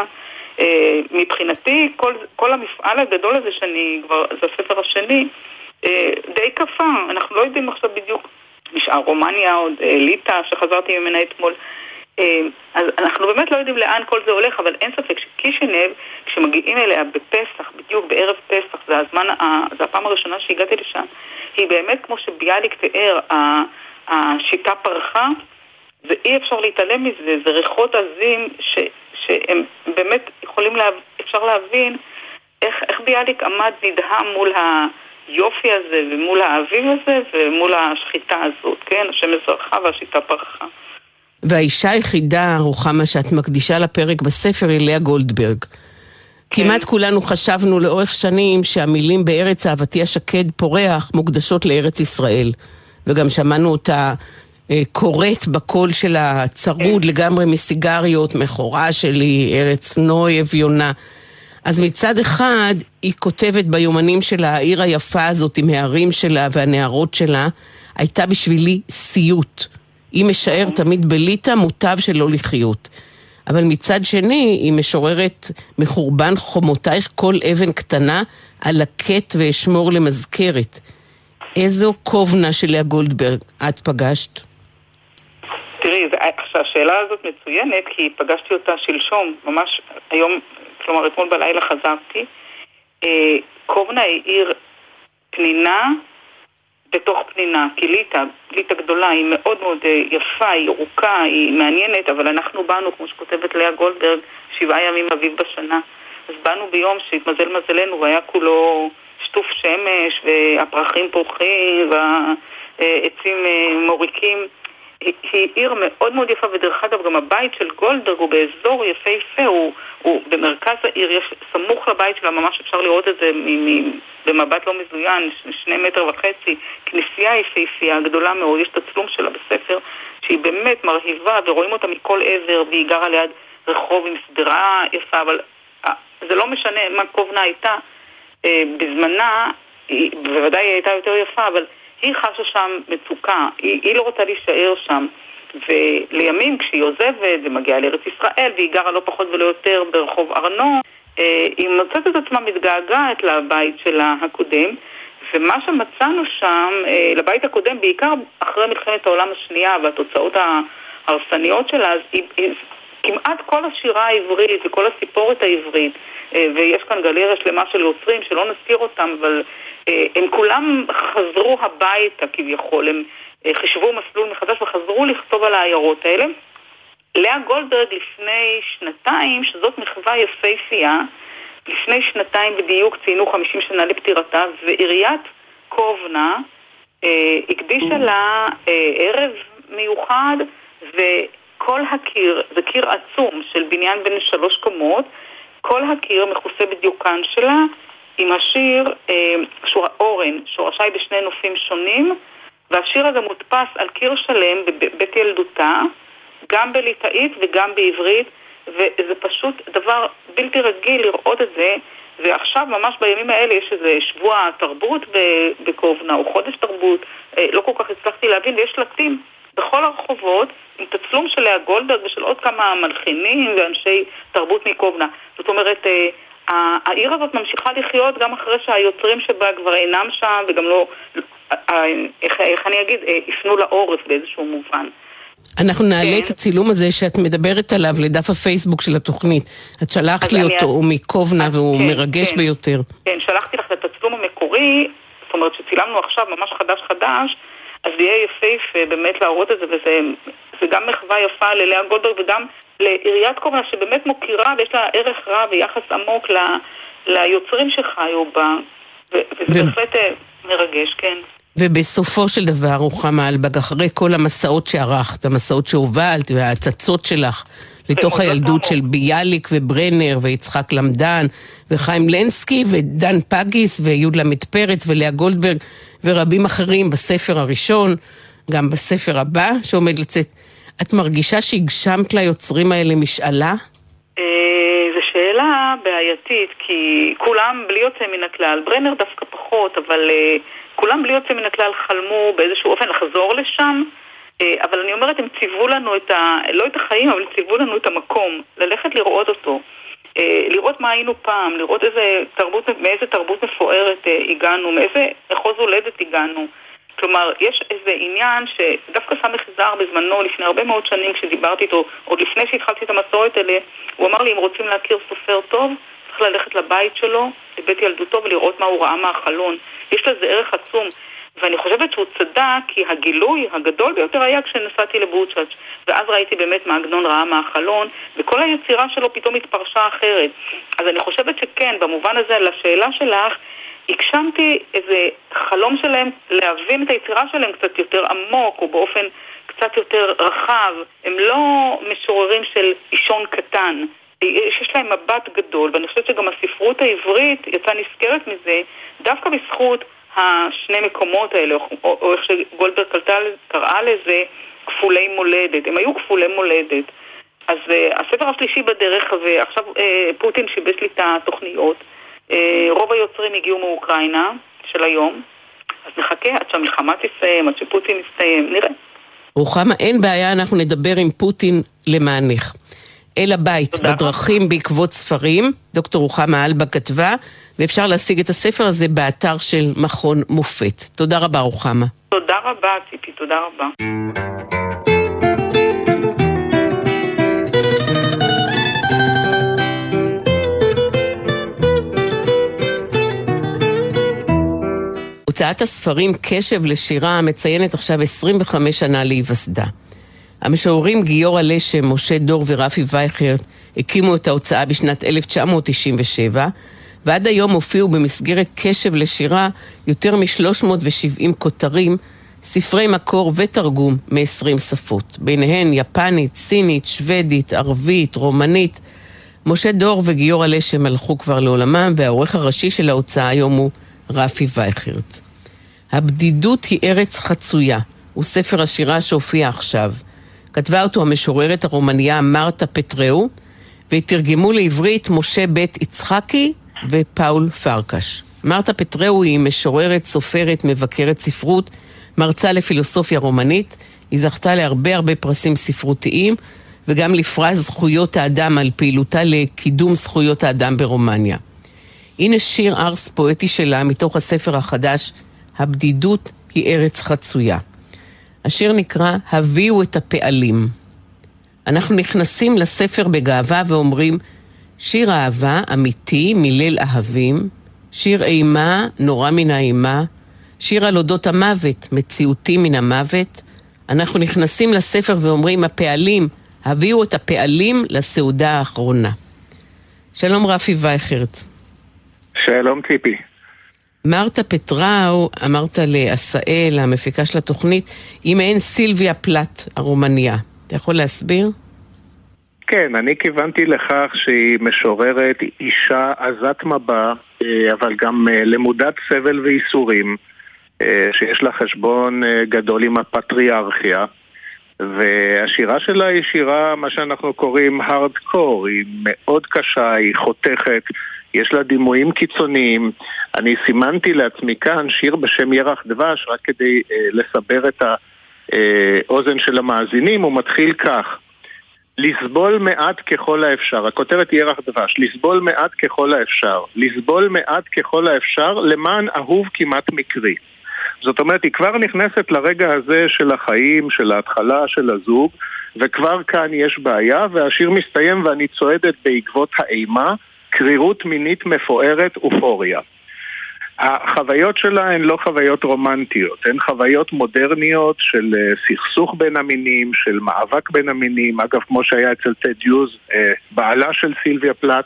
מבחינתי כל, כל המפעל הגדול הזה שאני כבר, זה הספר השני, די קפה, אנחנו לא יודעים עכשיו בדיוק, נשאר רומניה עוד ליטה שחזרתי ממנה אתמול, אז אנחנו באמת לא יודעים לאן כל זה הולך, אבל אין ספק שקישינב, כשמגיעים אליה בפסח, בדיוק בערב פסח, זה הזמן, זה הפעם הראשונה שהגעתי לשם, היא באמת כמו שביאליק תיאר, השיטה פרחה, ואי אפשר להתעלם מזה, זה ריחות עזים ש, שהם באמת יכולים, לה, אפשר להבין איך, איך ביאליק עמד נדהם מול היופי הזה ומול האביב הזה ומול השחיטה הזאת, כן? השמש זרחה והשיטה פרחה. והאישה היחידה, רוחמה, שאת מקדישה לפרק בספר, היא לאה גולדברג. כן. כמעט כולנו חשבנו לאורך שנים שהמילים בארץ אהבתי השקד פורח מוקדשות לארץ ישראל. וגם שמענו אותה אה, קוראת בקול של הצרוד כן. לגמרי מסיגריות, מחורה שלי, ארץ נוי, אביונה. אז מצד אחד היא כותבת ביומנים שלה, העיר היפה הזאת עם הערים שלה והנערות שלה, הייתה בשבילי סיוט. היא משער תמיד בליטה מוטב שלא לחיות. אבל מצד שני היא משוררת מחורבן חומותייך כל אבן קטנה על הקט ואשמור למזכרת. איזו קובנה של לאה גולדברג את פגשת? תראי, השאלה הזאת מצוינת כי פגשתי אותה שלשום, ממש היום, כלומר אתמול בלילה חזרתי. קובנה היא עיר פנינה בתוך פנינה, כי ליטה, ליטה גדולה, היא מאוד מאוד יפה, היא ארוכה, היא מעניינת, אבל אנחנו באנו, כמו שכותבת לאה גולדברג, שבעה ימים אביב בשנה. אז באנו ביום שהתמזל מזלנו והיה כולו שטוף שמש והפרחים פורחים והעצים מוריקים. היא, היא עיר מאוד מאוד יפה, ודרך אגב גם הבית של גולדברג הוא באזור יפה יפה, הוא, הוא במרכז העיר, יש סמוך לבית שלה, ממש אפשר לראות את זה מ, מ, במבט לא מזוין, שני מטר וחצי, כנסייה יפהפייה גדולה מאוד, יש את הצלום שלה בספר שהיא באמת מרהיבה ורואים אותה מכל עבר, והיא גרה ליד רחוב עם סדרה יפה, אבל זה לא משנה מה קובנה הייתה בזמנה, היא, בוודאי היא הייתה יותר יפה, אבל היא חשה שם מצוקה, היא, היא לא רוצה להישאר שם, ולימים כשהיא עוזבת ומגיעה לארץ ישראל והיא גרה לא פחות ולא יותר ברחוב ארנו, היא מוצאת את עצמה מתגעגעת לבית שלה הקודם, ומה שמצאנו שם, לבית הקודם בעיקר אחרי מלחמת העולם השנייה והתוצאות ההרסניות שלה, אז היא, היא, כמעט כל השירה העברית וכל הסיפורת העברית, ויש כאן גלריה שלמה של יוצרים שלא נזכיר אותם, אבל הם כולם חזרו הביתה כביכול, הם חישבו מסלול מחדש וחזרו לכתוב על העיירות האלה. לאה גולדברג לפני שנתיים, שזאת מחווה יפהפייה, לפני שנתיים בדיוק ציינו חמישים שנה לפטירתה, ועיריית קובנה אה, הקדישה לה אה, ערב מיוחד, וכל הקיר, זה קיר עצום של בניין בין שלוש קומות, כל הקיר מכוסה בדיוקן שלה, עם השיר אה, שור, אורן, שורשי בשני נופים שונים, והשיר הזה מודפס על קיר שלם בבית ילדותה, גם בליטאית וגם בעברית, וזה פשוט דבר בלתי רגיל לראות את זה, ועכשיו ממש בימים האלה יש איזה שבוע תרבות בקובנה, או חודש תרבות, אה, לא כל כך הצלחתי להבין, ויש שלטים בכל הרחובות, עם תצלום של לאה גולדברג ושל עוד כמה מלחינים ואנשי תרבות מקובנה. זאת אומרת, אה, העיר הזאת ממשיכה לחיות גם אחרי שהיוצרים שבה כבר אינם שם, וגם לא, איך, איך אני אגיד, יפנו לעורף באיזשהו מובן. אנחנו נעלה את הצילום הזה שאת מדברת עליו לדף הפייסבוק של התוכנית. את שלחת לי אותו, הוא מקובנה והוא מרגש ביותר. כן, שלחתי לך את הצילום המקורי, זאת אומרת שצילמנו עכשיו ממש חדש חדש, אז זה יהיה יפהפה באמת להראות את זה, וזה גם מחווה יפה ללאה גולדברג וגם לעיריית קובנה שבאמת מוכירה ויש לה ערך רב ויחס עמוק ליוצרים שחיו בה, וזה בהחלט מרגש, כן. ובסופו של דבר, רוחמה אלבג, אחרי כל המסעות שערכת, המסעות שהובלת וההצצות שלך לתוך הילדות של ביאליק וברנר ויצחק למדן וחיים לנסקי ודן פגיס ויהודה פרץ ולאה גולדברג ורבים אחרים בספר הראשון, גם בספר הבא שעומד לצאת, את מרגישה שהגשמת ליוצרים האלה משאלה? זו שאלה בעייתית, כי כולם בלי יוצא מן הכלל, ברנר דווקא פחות, אבל כולם בלי יוצא מן הכלל חלמו באיזשהו אופן לחזור לשם, אבל אני אומרת, הם ציוו לנו את ה... לא את החיים, אבל ציוו לנו את המקום, ללכת לראות אותו, לראות מה היינו פעם, לראות איזה תרבות, מאיזה תרבות מפוארת הגענו, מאיזה אחוז הולדת הגענו. כלומר, יש איזה עניין שדווקא סמך זר בזמנו, לפני הרבה מאוד שנים, כשדיברתי איתו, עוד לפני שהתחלתי את המסורת האלה, הוא אמר לי, אם רוצים להכיר סופר טוב, צריך ללכת לבית שלו, לבית ילדותו, ולראות מה הוא ראה מהחלון. יש לזה ערך עצום, ואני חושבת שהוא צדק, כי הגילוי הגדול ביותר היה כשנסעתי לבוצ'אץ', ואז ראיתי באמת מה עגנון ראה מהחלון, וכל היצירה שלו פתאום התפרשה אחרת. אז אני חושבת שכן, במובן הזה, לשאלה שלך, הגשמתי איזה חלום שלהם להבין את היצירה שלהם קצת יותר עמוק או באופן קצת יותר רחב. הם לא משוררים של אישון קטן, יש להם מבט גדול, ואני חושבת שגם הספרות העברית יצאה נזכרת מזה דווקא בזכות השני מקומות האלה, או, או איך שגולדברג קראה לזה כפולי מולדת. הם היו כפולי מולדת. אז uh, הספר השלישי בדרך, ועכשיו uh, פוטין שיבש לי את התוכניות, רוב היוצרים הגיעו מאוקראינה של היום, אז נחכה עד שהמלחמה תסיים, עד שפוטין יסתיים, נראה. רוחמה, אין בעיה, אנחנו נדבר עם פוטין למענך. אל הבית, בדרכים בעקבות ספרים, דוקטור רוחמה אלבג כתבה, ואפשר להשיג את הספר הזה באתר של מכון מופת. תודה רבה, רוחמה. תודה רבה, ציפי, תודה רבה. הוצאת הספרים קשב לשירה מציינת עכשיו עשרים וחמש שנה להיווסדה. המשוררים גיורא לשם, משה דור ורפי וייכרט הקימו את ההוצאה בשנת אלף תשע מאות תשעים ושבע, ועד היום הופיעו במסגרת קשב לשירה יותר מ-שלוש מאות ושבעים כותרים, ספרי מקור ותרגום מ-עשרים שפות, ביניהן יפנית, סינית, שוודית, ערבית, רומנית. משה דור וגיורא לשם הלכו כבר לעולמם, והעורך הראשי של ההוצאה היום הוא רפי וייכרט. הבדידות היא ארץ חצויה, הוא ספר השירה שהופיע עכשיו. כתבה אותו המשוררת הרומניה מרתה פטראו, והתרגמו לעברית משה בית יצחקי ופאול פרקש. מרתה פטראו היא משוררת, סופרת, מבקרת ספרות, מרצה לפילוסופיה רומנית. היא זכתה להרבה הרבה פרסים ספרותיים, וגם לפרס זכויות האדם על פעילותה לקידום זכויות האדם ברומניה. הנה שיר ארס פואטי שלה מתוך הספר החדש, הבדידות היא ארץ חצויה. השיר נקרא הביאו את הפעלים. אנחנו נכנסים לספר בגאווה ואומרים, שיר אהבה אמיתי מליל אהבים, שיר אימה נורא מן האימה, שיר על אודות המוות, מציאותי מן המוות. אנחנו נכנסים לספר ואומרים, הפעלים, הביאו את הפעלים לסעודה האחרונה. שלום רפי וייכרט. שלום ציפי. מרתה פטראו, אמרת לעשאל, המפיקה של התוכנית, היא מעין סילביה פלט הרומניה. אתה יכול להסביר? כן, אני כיוונתי לכך שהיא משוררת אישה עזת מבע, אבל גם למודת סבל ואיסורים, שיש לה חשבון גדול עם הפטריארכיה, והשירה שלה היא שירה, מה שאנחנו קוראים הארדקור, היא מאוד קשה, היא חותכת, יש לה דימויים קיצוניים. אני סימנתי לעצמי כאן שיר בשם ירח דבש, רק כדי אה, לסבר את האוזן של המאזינים. הוא מתחיל כך: לסבול מעט ככל האפשר, הכותרת היא ירח דבש, לסבול מעט ככל האפשר, לסבול מעט ככל האפשר למען אהוב כמעט מקרי. זאת אומרת, היא כבר נכנסת לרגע הזה של החיים, של ההתחלה, של הזוג, וכבר כאן יש בעיה, והשיר מסתיים ואני צועדת בעקבות האימה, קרירות מינית מפוארת אופוריה. החוויות שלה הן לא חוויות רומנטיות, הן חוויות מודרניות של סכסוך בין המינים, של מאבק בין המינים, אגב כמו שהיה אצל טד יוז, בעלה של סילביה פלט,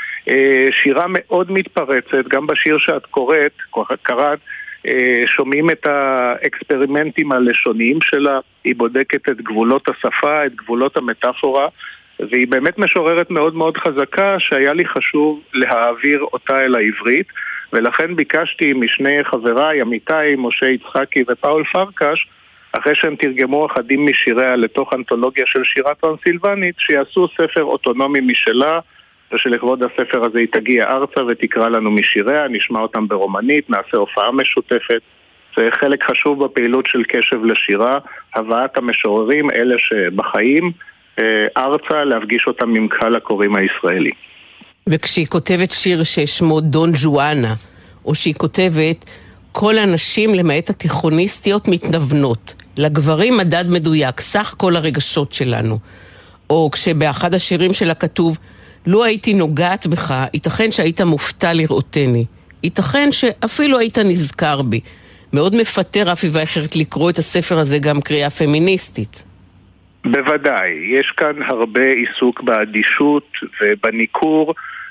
שירה מאוד מתפרצת, גם בשיר שאת קוראת, קראת, שומעים את האקספרימנטים הלשוניים שלה, היא בודקת את גבולות השפה, את גבולות המטאפורה, והיא באמת משוררת מאוד מאוד חזקה שהיה לי חשוב להעביר אותה אל העברית, ולכן ביקשתי משני חבריי, עמיתי, משה יצחקי ופאול פרקש, אחרי שהם תרגמו אחדים משיריה לתוך אנתולוגיה של שירה טרנסילבנית, שיעשו ספר אוטונומי משלה, ושלכבוד הספר הזה היא תגיע ארצה ותקרא לנו משיריה, נשמע אותם ברומנית, נעשה הופעה משותפת. זה חלק חשוב בפעילות של קשב לשירה, הבאת המשוררים, אלה שבחיים, ארצה להפגיש אותם עם קהל הקוראים הישראלי. וכשהיא כותבת שיר ששמו דון ג'ואנה, או שהיא כותבת כל הנשים למעט התיכוניסטיות מתנוונות, לגברים מדד מדויק, סך כל הרגשות שלנו. או כשבאחד השירים שלה כתוב, לו הייתי נוגעת בך, ייתכן שהיית מופתע לראותני. ייתכן שאפילו היית נזכר בי. מאוד מפתה רפי וייכרט לקרוא את הספר הזה גם קריאה פמיניסטית. בוודאי, יש כאן הרבה עיסוק באדישות ובניקור.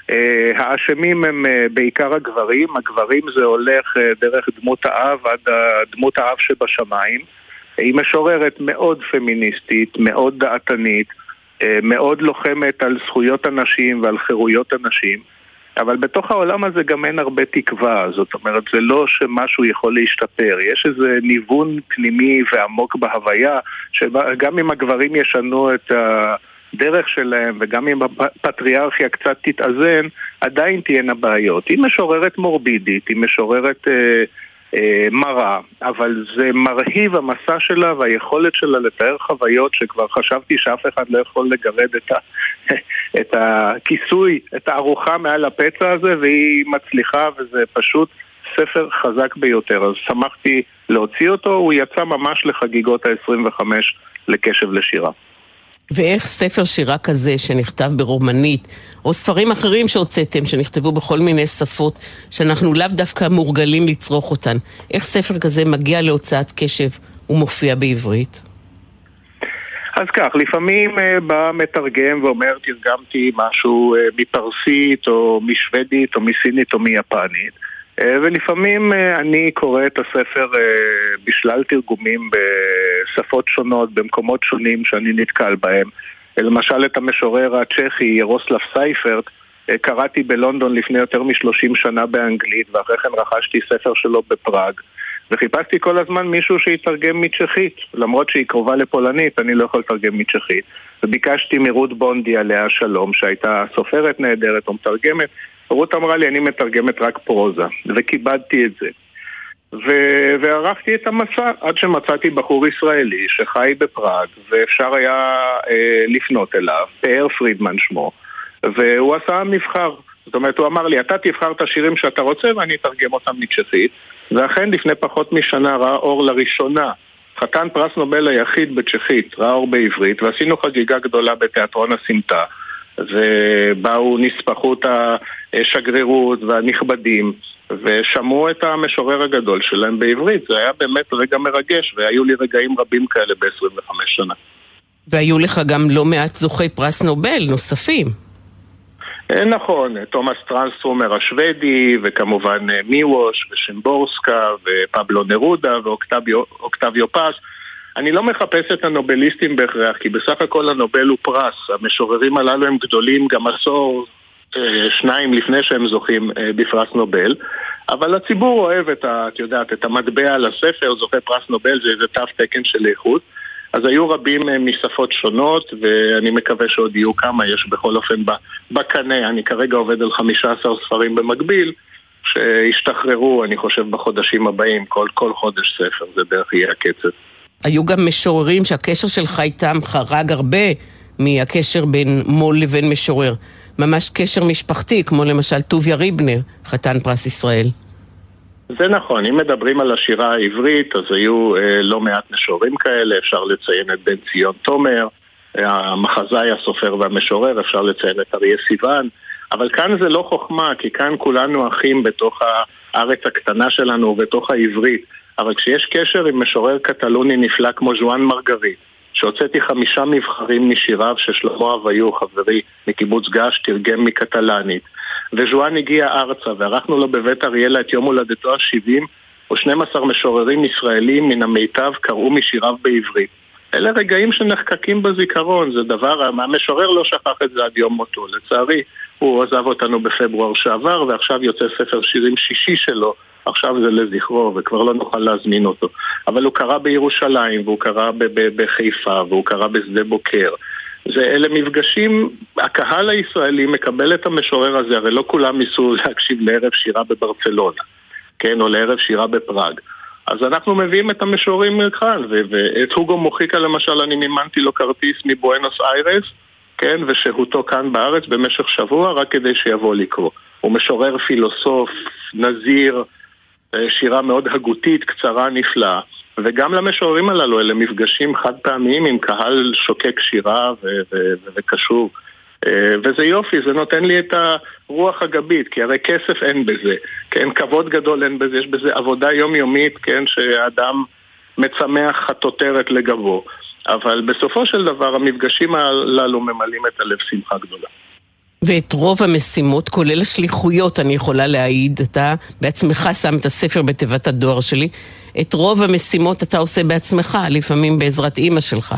האשמים הם בעיקר הגברים, הגברים זה הולך דרך דמות האב עד דמות האב שבשמיים. היא משוררת מאוד פמיניסטית, מאוד דעתנית, מאוד לוחמת על זכויות הנשים ועל חירויות הנשים, אבל בתוך העולם הזה גם אין הרבה תקווה, זאת אומרת זה לא שמשהו יכול להשתפר, יש איזה ניוון פנימי ועמוק בהוויה, שגם אם הגברים ישנו את הדרך שלהם וגם אם הפטריארכיה קצת תתאזן, עדיין תהיינה בעיות. היא משוררת מורבידית, היא משוררת אה, אה, מרה, אבל זה מרהיב המסע שלה והיכולת שלה לתאר חוויות שכבר חשבתי שאף אחד לא יכול לגרד את, ה, את הכיסוי, את הארוחה מעל הפצע הזה, והיא מצליחה וזה פשוט ספר חזק ביותר. אז שמחתי להוציא אותו, הוא יצא ממש לחגיגות ה-עשרים וחמש לקשב לשירה. ואיך ספר שירה כזה שנכתב ברומנית, או ספרים אחרים שהוצאתם שנכתבו בכל מיני שפות שאנחנו לאו דווקא מורגלים לצרוך אותן, איך ספר כזה מגיע להוצאת קשב ומופיע בעברית? אז כך, לפעמים בא מתרגם ואומר תרגמתי משהו מפרסית או משוודית או מסינית או מיפנית, ולפעמים אני קורא את הספר בשלל תרגומים בשפות שונות, במקומות שונים שאני נתקל בהם. למשל את המשורר הצ'כי ירוסלב סייפרט קראתי בלונדון לפני יותר משלושים שנה באנגלית, ואחרי כן רכשתי ספר שלו בפראג, וחיפשתי כל הזמן מישהו שיתרגם מצ'כית, למרות שהיא קרובה לפולנית אני לא יכול לתרגם מצ'כית, וביקשתי מרות בונדי עליה שלום שהייתה סופרת נהדרת או מתרגמת, רות אמרה לי אני מתרגמת רק פרוזה, וכיבדתי את זה ו- וערכתי את המסע עד שמצאתי בחור ישראלי שחי בפראג ואפשר היה אה, לפנות אליו, פאר פרידמן שמו, והוא עשה מבחר. זאת אומרת הוא אמר לי אתה תבחר את השירים שאתה רוצה ואני אתרגם אותם מצ'כית, ואכן לפני פחות משנה ראה אור לראשונה, חתן פרס נובל היחיד בצ'כית ראה אור בעברית, ועשינו חגיגה גדולה בתיאטרון הסמטה, ובאו נספחות השגרירות והנכבדים ושמעו את המשורר הגדול שלהם בעברית. זה היה באמת רגע מרגש, והיו לי רגעים רבים כאלה ב-עשרים וחמש שנה. והיו לך גם לא מעט זוכי פרס נובל נוספים. נכון, תומאס טרנסטרומר השוודי, וכמובן מיווש ושימבורסקה ופבלו נרודה ואוקטביו פס. אני לא מחפש את הנובליסטים בהכרח, כי בסך הכל הנובל הוא פרס. המשוררים הללו הם גדולים גם עשור, שניים לפני שהם זוכים בפרס נובל, אבל הציבור אוהב את, ה, את יודעת, את המטבע על הספר, זוכה פרס נובל, זה איזה תו תקן של איכות. אז היו רבים משפות שונות, ואני מקווה שעוד יהיו כמה, יש בכל אופן בקנה, אני כרגע עובד על חמישה עשר ספרים במקביל, שהשתחררו, אני חושב, בחודשים הבאים, כל, כל חודש ספר, זה בערך יהיה הקצב. היו גם משוררים שהקשר שלך איתם חרג הרבה מהקשר בין מול לבין משורר. ממש קשר משפחתי, כמו למשל טוביה ריבנר, חתן פרס ישראל. זה נכון, אם מדברים על השירה העברית, אז היו אה, לא מעט משוררים כאלה, אפשר לציין את בן ציון תומר, המחזאי, הסופר והמשורר, אפשר לציין את אריה סיוון, אבל כאן זה לא חוכמה, כי כאן כולנו אחים בתוך הארץ הקטנה שלנו ובתוך העברית, אבל כשיש קשר עם משורר קטלוני נפלא כמו ז'ואן מרגריט, שהוצאתי חמישה מבחרים משיריו ששלמה אביו, חברי מקיבוץ גש, תרגם מקטלנית, וז'ואן הגיע ארצה וערכנו לו בבית אריאלה את יום הולדתו ה-שבעים, ו-שנים עשר משוררים ישראלים מן המיטב קראו משיריו בעברית. אלה רגעים שנחקקים בזיכרון, זה דבר, המשורר לא שכח את זה עד יום מותו. לצערי, הוא עזב אותנו בפברואר שעבר, ועכשיו יוצא ספר שירים שישי שלו, עכשיו זה לזכרו, וכבר לא נוכל להזמין אותו. אבל הוא קרא בירושלים, והוא קרא בחיפה, והוא קרא בשדה בוקר. זה אלה מפגשים, הקהל הישראלי מקבל את המשורר הזה, הרי לא כולם ניסו להקשיב לערב שירה בברצלונה, כן, או לערב שירה בפראג. אז אנחנו מביאים את המשוררים כאן, ואת הוגו מוחיקה למשל, אני מימנתי לו כרטיס מבואנוס איירס, כן, ושהותו כאן בארץ במשך שבוע, רק כדי שיבוא לקרוא. הוא משורר פילוסוף, נזיר, שירה מאוד הגותית, קצרה, נפלאה, וגם למשוררים הללו, אלה מפגשים חד פעמיים עם קהל שוקק שירה ו- ו- וקשוב. וזה יופי, זה נותן לי את הרוח הגבית, כי הרי כסף אין בזה, כן, כבוד גדול אין בזה, יש בזה עבודה יומיומית, כן, שהאדם מצמח חתותרת לגבו, אבל בסופו של דבר המפגשים הללו ממלאים את הלב שמחה גדולה. ואת רוב המשימות, כולל השליחויות, אני יכולה להעיד, אתה בעצמך שם את הספר בתיבת הדואר שלי, את רוב המשימות אתה עושה בעצמך, לפעמים בעזרת אמא שלך.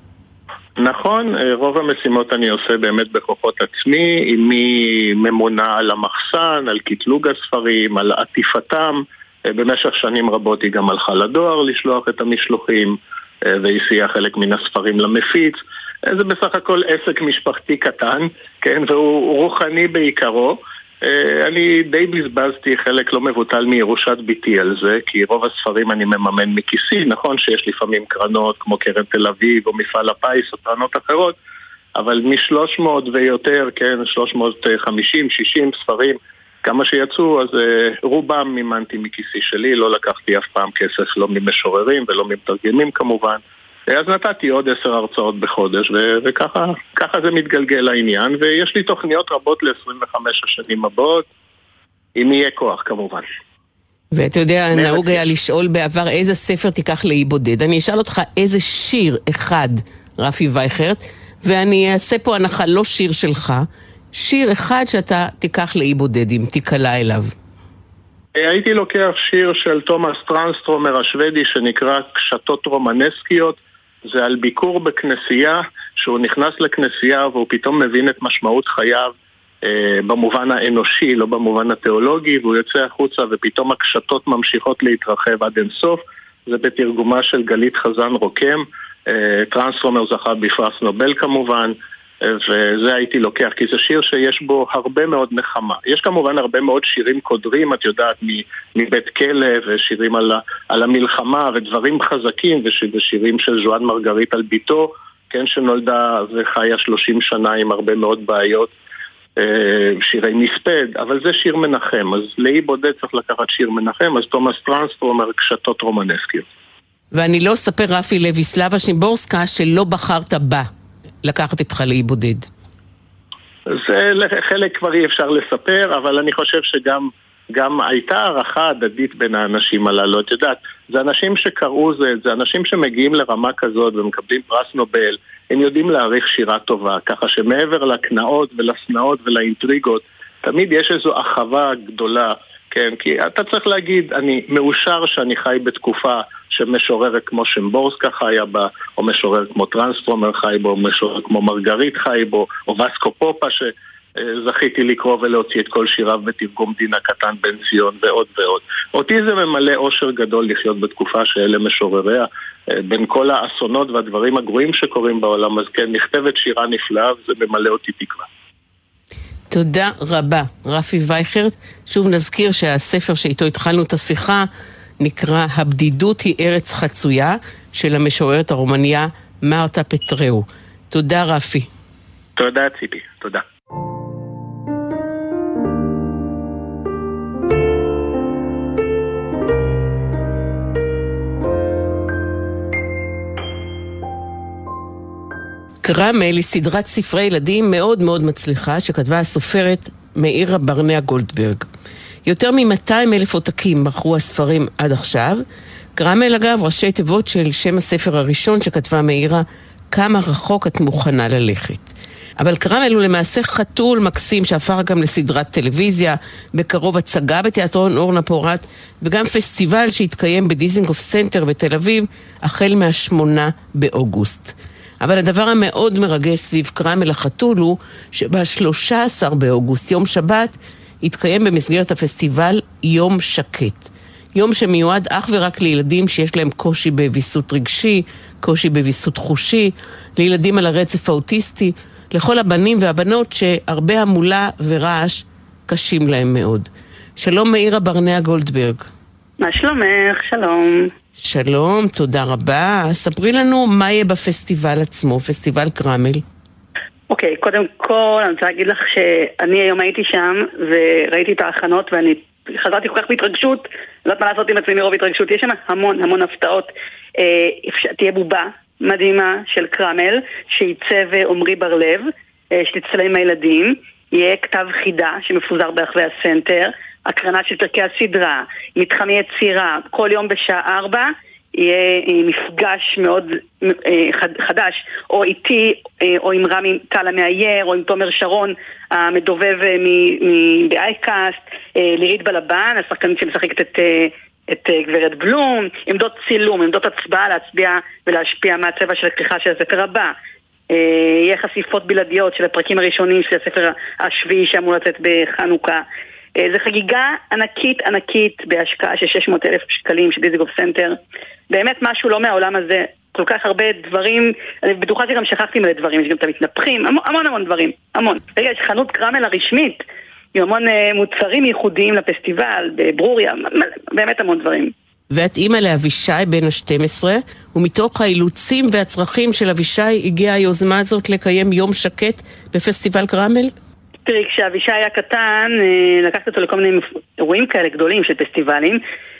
נכון, רוב המשימות אני עושה באמת בכוחות עצמי, אמי ממונה על המחסן, על קטלוג הספרים, על עטיפתם, במשך שנים רבות היא גם הלכה לדואר לשלוח את המשלוחים, והיא סייעה חלק מן הספרים למפיץ. זה בסך הכל עסק משפחתי קטן, כן, והוא רוחני בעיקרו. אני די בזבזתי חלק לא מבוטל מירושת ביתי על זה, כי רוב הספרים אני מממן מכיסי, נכון שיש לפעמים קרנות כמו קרן תל אביב או מפעל הפיס או קרנות אחרות, אבל מ-שלוש מאות ויותר, כן, שלוש מאות חמישים שישים ספרים, כמה שיצאו, אז רובם מימנתי מכיסי שלי, לא לקחתי אף פעם כסף לא ממשוררים ולא ממתרגמים כמובן. אז נתתי עוד עשר הרצאות בחודש, ו- וככה ככה זה מתגלגל העניין, ויש לי תוכניות רבות ל-עשרים וחמש השנים הבאות, אם יהיה כוח כמובן. ואתה יודע, נהוג היה לשאול בעבר איזה ספר תיקח לאי בודד. אני אשאל אותך איזה שיר אחד, רפי וייכרט, ואני אעשה פה הנחה, לא שיר שלך, שיר אחד שאתה תיקח לאי בודד, אם תיקלה אליו. הייתי לוקח שיר של תומאס טרנסטרומר השוודי, שנקרא קשתות רומנסקיות, זה על ביקור בכנסייה, שהוא נכנס לכנסייה והוא פתאום מבין את משמעות חייו אה, במובן האנושי, לא במובן התיאולוגי, והוא יוצא החוצה ופתאום הקשתות ממשיכות להתרחב עד אינסוף. זה בתרגומה של גלית חזן רוקם, אה, טרנסטרומר זכה בפרס נובל כמובן, וזה הייתי לוקח, כי זה שיר שיש בו הרבה מאוד נחמה. יש כמובן הרבה מאוד שירים קודרים, את יודעת, מבית כלא, ושירים על, על המלחמה, ודברים חזקים, ושירים של ז'ואן מרגריט על ביתו, כן, שנולדה וחיה שלושים שנה עם הרבה מאוד בעיות, שירי מספד, אבל זה שיר מנחם. אז לאי בודד צריך לקחת שיר מנחם, אז תומאס טרנסטרומר קשתות רומנסקיות. ואני לא אספר רפי לויסלבה שימבורסקה שלא בחרת בה. לקחת איתך לאי בודד. זה חלק כבר אי אפשר לספר, אבל אני חושב שגם גם הייתה הערכה הדדית בין האנשים הללו. את יודעת, זה אנשים שקראו זה, זה אנשים שמגיעים לרמה כזאת ומקבלים פרס נובל, הם יודעים להעריך שירה טובה, ככה שמעבר לקנאות ולסנאות ולאינטריגות, תמיד יש איזו אחווה גדולה, כן, כי אתה צריך להגיד, אני מאושר שאני חי בתקופה שמשוררת כמו שימבורסקה חיה בה, או משורר כמו טרנסטרומר חי בו, או משורר כמו מרגריט חי בו, או וסקו פופה שזכיתי לקרוא ולהוציא את כל שיריו בתרגום דינה קטן בן ציון ועוד ועוד. אותי זה ממלא אושר גדול לחיות בתקופה שאלה משורריה, בין כל האסונות והדברים הגרועים שקורים בעולם, אז כן, נכתבת שירה נפלאה וזה ממלא אותי תקווה. תודה רבה, רפי וייכרט. שוב נזכיר שהספר שאיתו התחלנו את השיחה נקרא הבדידות היא ארץ חצויה, של המשוררת הרומניה מרתה פטראו. תודה רפי. תודה ציפי, תודה. קרמל היא סדרת ספרי ילדים מאוד מאוד מצליחה שכתבה הסופרת מאירה ברנע גולדברג. יותר מ-מאתיים אלף עותקים מכרו הספרים עד עכשיו. קרמל אגב ראשי תיבות של שם הספר הראשון שכתבה מאירה, כמה רחוק את מוכנה ללכת. אבל קרמל הוא למעשה חתול מקסים שהפך גם לסדרת טלוויזיה, בקרוב הצגה בתיאטרון אורנה פורת, וגם פסטיבל שהתקיים בדיזינגוף סנטר בתל אביב, החל מהשמונה באוגוסט. אבל הדבר המאוד מרגש סביב קרמל החתול הוא שב-שלושה עשר באוגוסט, יום שבת, התקיים במסגרת הפסטיבל יום שקט. יום שמיועד אך ורק לילדים שיש להם קושי בביסות רגשי, קושי בביסות חושי, לילדים על הרצף האוטיסטי, לכל הבנים והבנות שהרבה המולה ורעש קשים להם מאוד. שלום מאירה ברנע גולדברג. מה שלומך? שלום. שלום, תודה רבה. ספרי לנו מה יהיה בפסטיבל עצמו, פסטיבל קרמל. אוקיי, קודם כל אני רוצה להגיד לך שאני היום הייתי שם וראיתי את ההכנות ואני חזרתי כל כך בהתרגשות, לא יודעת מה לעשות עם עצמי מרוב התרגשות. יש שם המון המון הפתעות. אה, תהיה בובה מדהימה של קרמל שייצב עומרי בר לב, אה, שתצטלם עם הילדים. יהיה כתב חידה שמפוזר ברחבי הסנטר, הקרנה של פרקי הסדרה, מתחמי יצירה, כל יום בשעה ארבע יהיה מפגש מאוד חדש, או איתי, או עם רמי טל המאייר, או עם תומר שרון המדובב באייקאסט, לירית בלבן, השחקנית שמשחקת את, את גברת בלום, עמדות צילום, עמדות הצבעה, להצביע ולהשפיע מהצבע של הכריכה של הספר הבא. יהיה חשיפות בלעדיות של הפרקים הראשונים של הספר השביעי שאמור לצאת בחנוכה. זו חגיגה ענקית ענקית בהשקעה של שש מאות אלף שקלים של דיזינגוף סנטר. באמת משהו לא מהעולם הזה, כל כך הרבה דברים, אני בטוחה שגם שכחתי מלא דברים, יש גם את המתנפחים, המון המון דברים, המון. רגע, יש חנות קרמל הרשמית, עם המון מוצרים ייחודיים לפסטיבל, בברוריה, באמת המון דברים. ואת אימא לאבישי בן ה-שתים עשרה, ומתוך האילוצים והצרכים של אבישי הגיעה היוזמה הזאת לקיים יום שקט בפסטיבל קרמל? תראי, כשאבישי היה קטן, לקחת אותו לכל מיני אירועים כאלה גדולים של פסטיבלים,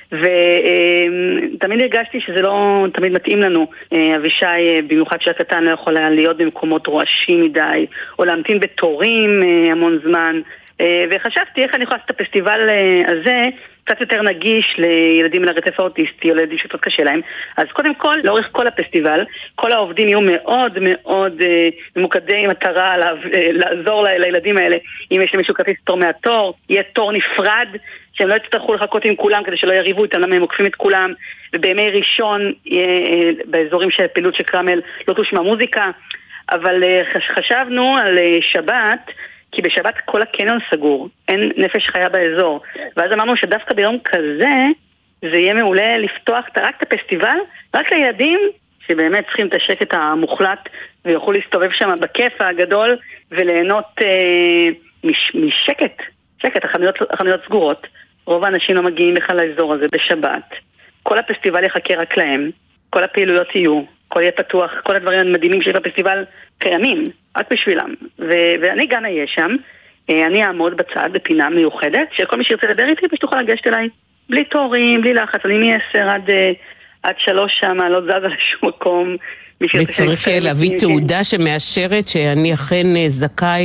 ותמיד הרגשתי שזה לא תמיד מתאים לנו. אבישי, במיוחד שהיה קטן, לא יכול היה להיות במקומות רועשים מדי, או להמתין בתורים המון זמן. וחשבתי איך אני יכולה לעשות את הפסטיבל הזה קצת יותר נגיש לילדים על הרצף האוטיסטי או לילדים שקצת קשה להם. אז קודם כל, לאורך כל הפסטיבל, כל העובדים יהיו מאוד מאוד אה, ממוקדי מטרה לה, אה, לעזור ל, לילדים האלה. אם יש למישהו כרטיס תור מהתור, יהיה תור נפרד, שהם לא יצטרכו לחכות עם כולם כדי שלא יריבו איתם, למה הם עוקפים את כולם. ובימי ראשון, יהיה, אה, באזורים של פעילות של קרמל, לא תושמע מוזיקה. אבל אה, חשבנו על אה, שבת, כי בשבת כל הקניון סגור, אין נפש חיה באזור. ואז אמרנו שדווקא ביום כזה, זה יהיה מעולה לפתוח רק את הפסטיבל, רק לילדים שבאמת צריכים את השקט המוחלט, ויוכלו להסתובב שם בכיף הגדול, וליהנות אה, מש, משקט, שקט, החנויות, החנויות סגורות. רוב האנשים לא מגיעים בכלל לאזור הזה בשבת. כל הפסטיבל יחכה רק להם, כל הפעילויות יהיו, כל יהיה פתוח, כל הדברים המדהימים שיש בפסטיבל קיימים, רק בשבילם. ו- ואני גם אהיה שם, אני אעמוד בצד בפינה מיוחדת, שכל מי שירצה לדבר איתי פשוט תוכל לגשת אליי, בלי תורים, בלי לחץ, אני מ-עשר עד, עד שלוש שם, לא זזה לשום מקום. וצריך להביא תעודה שמאשרת שאני אכן זכאי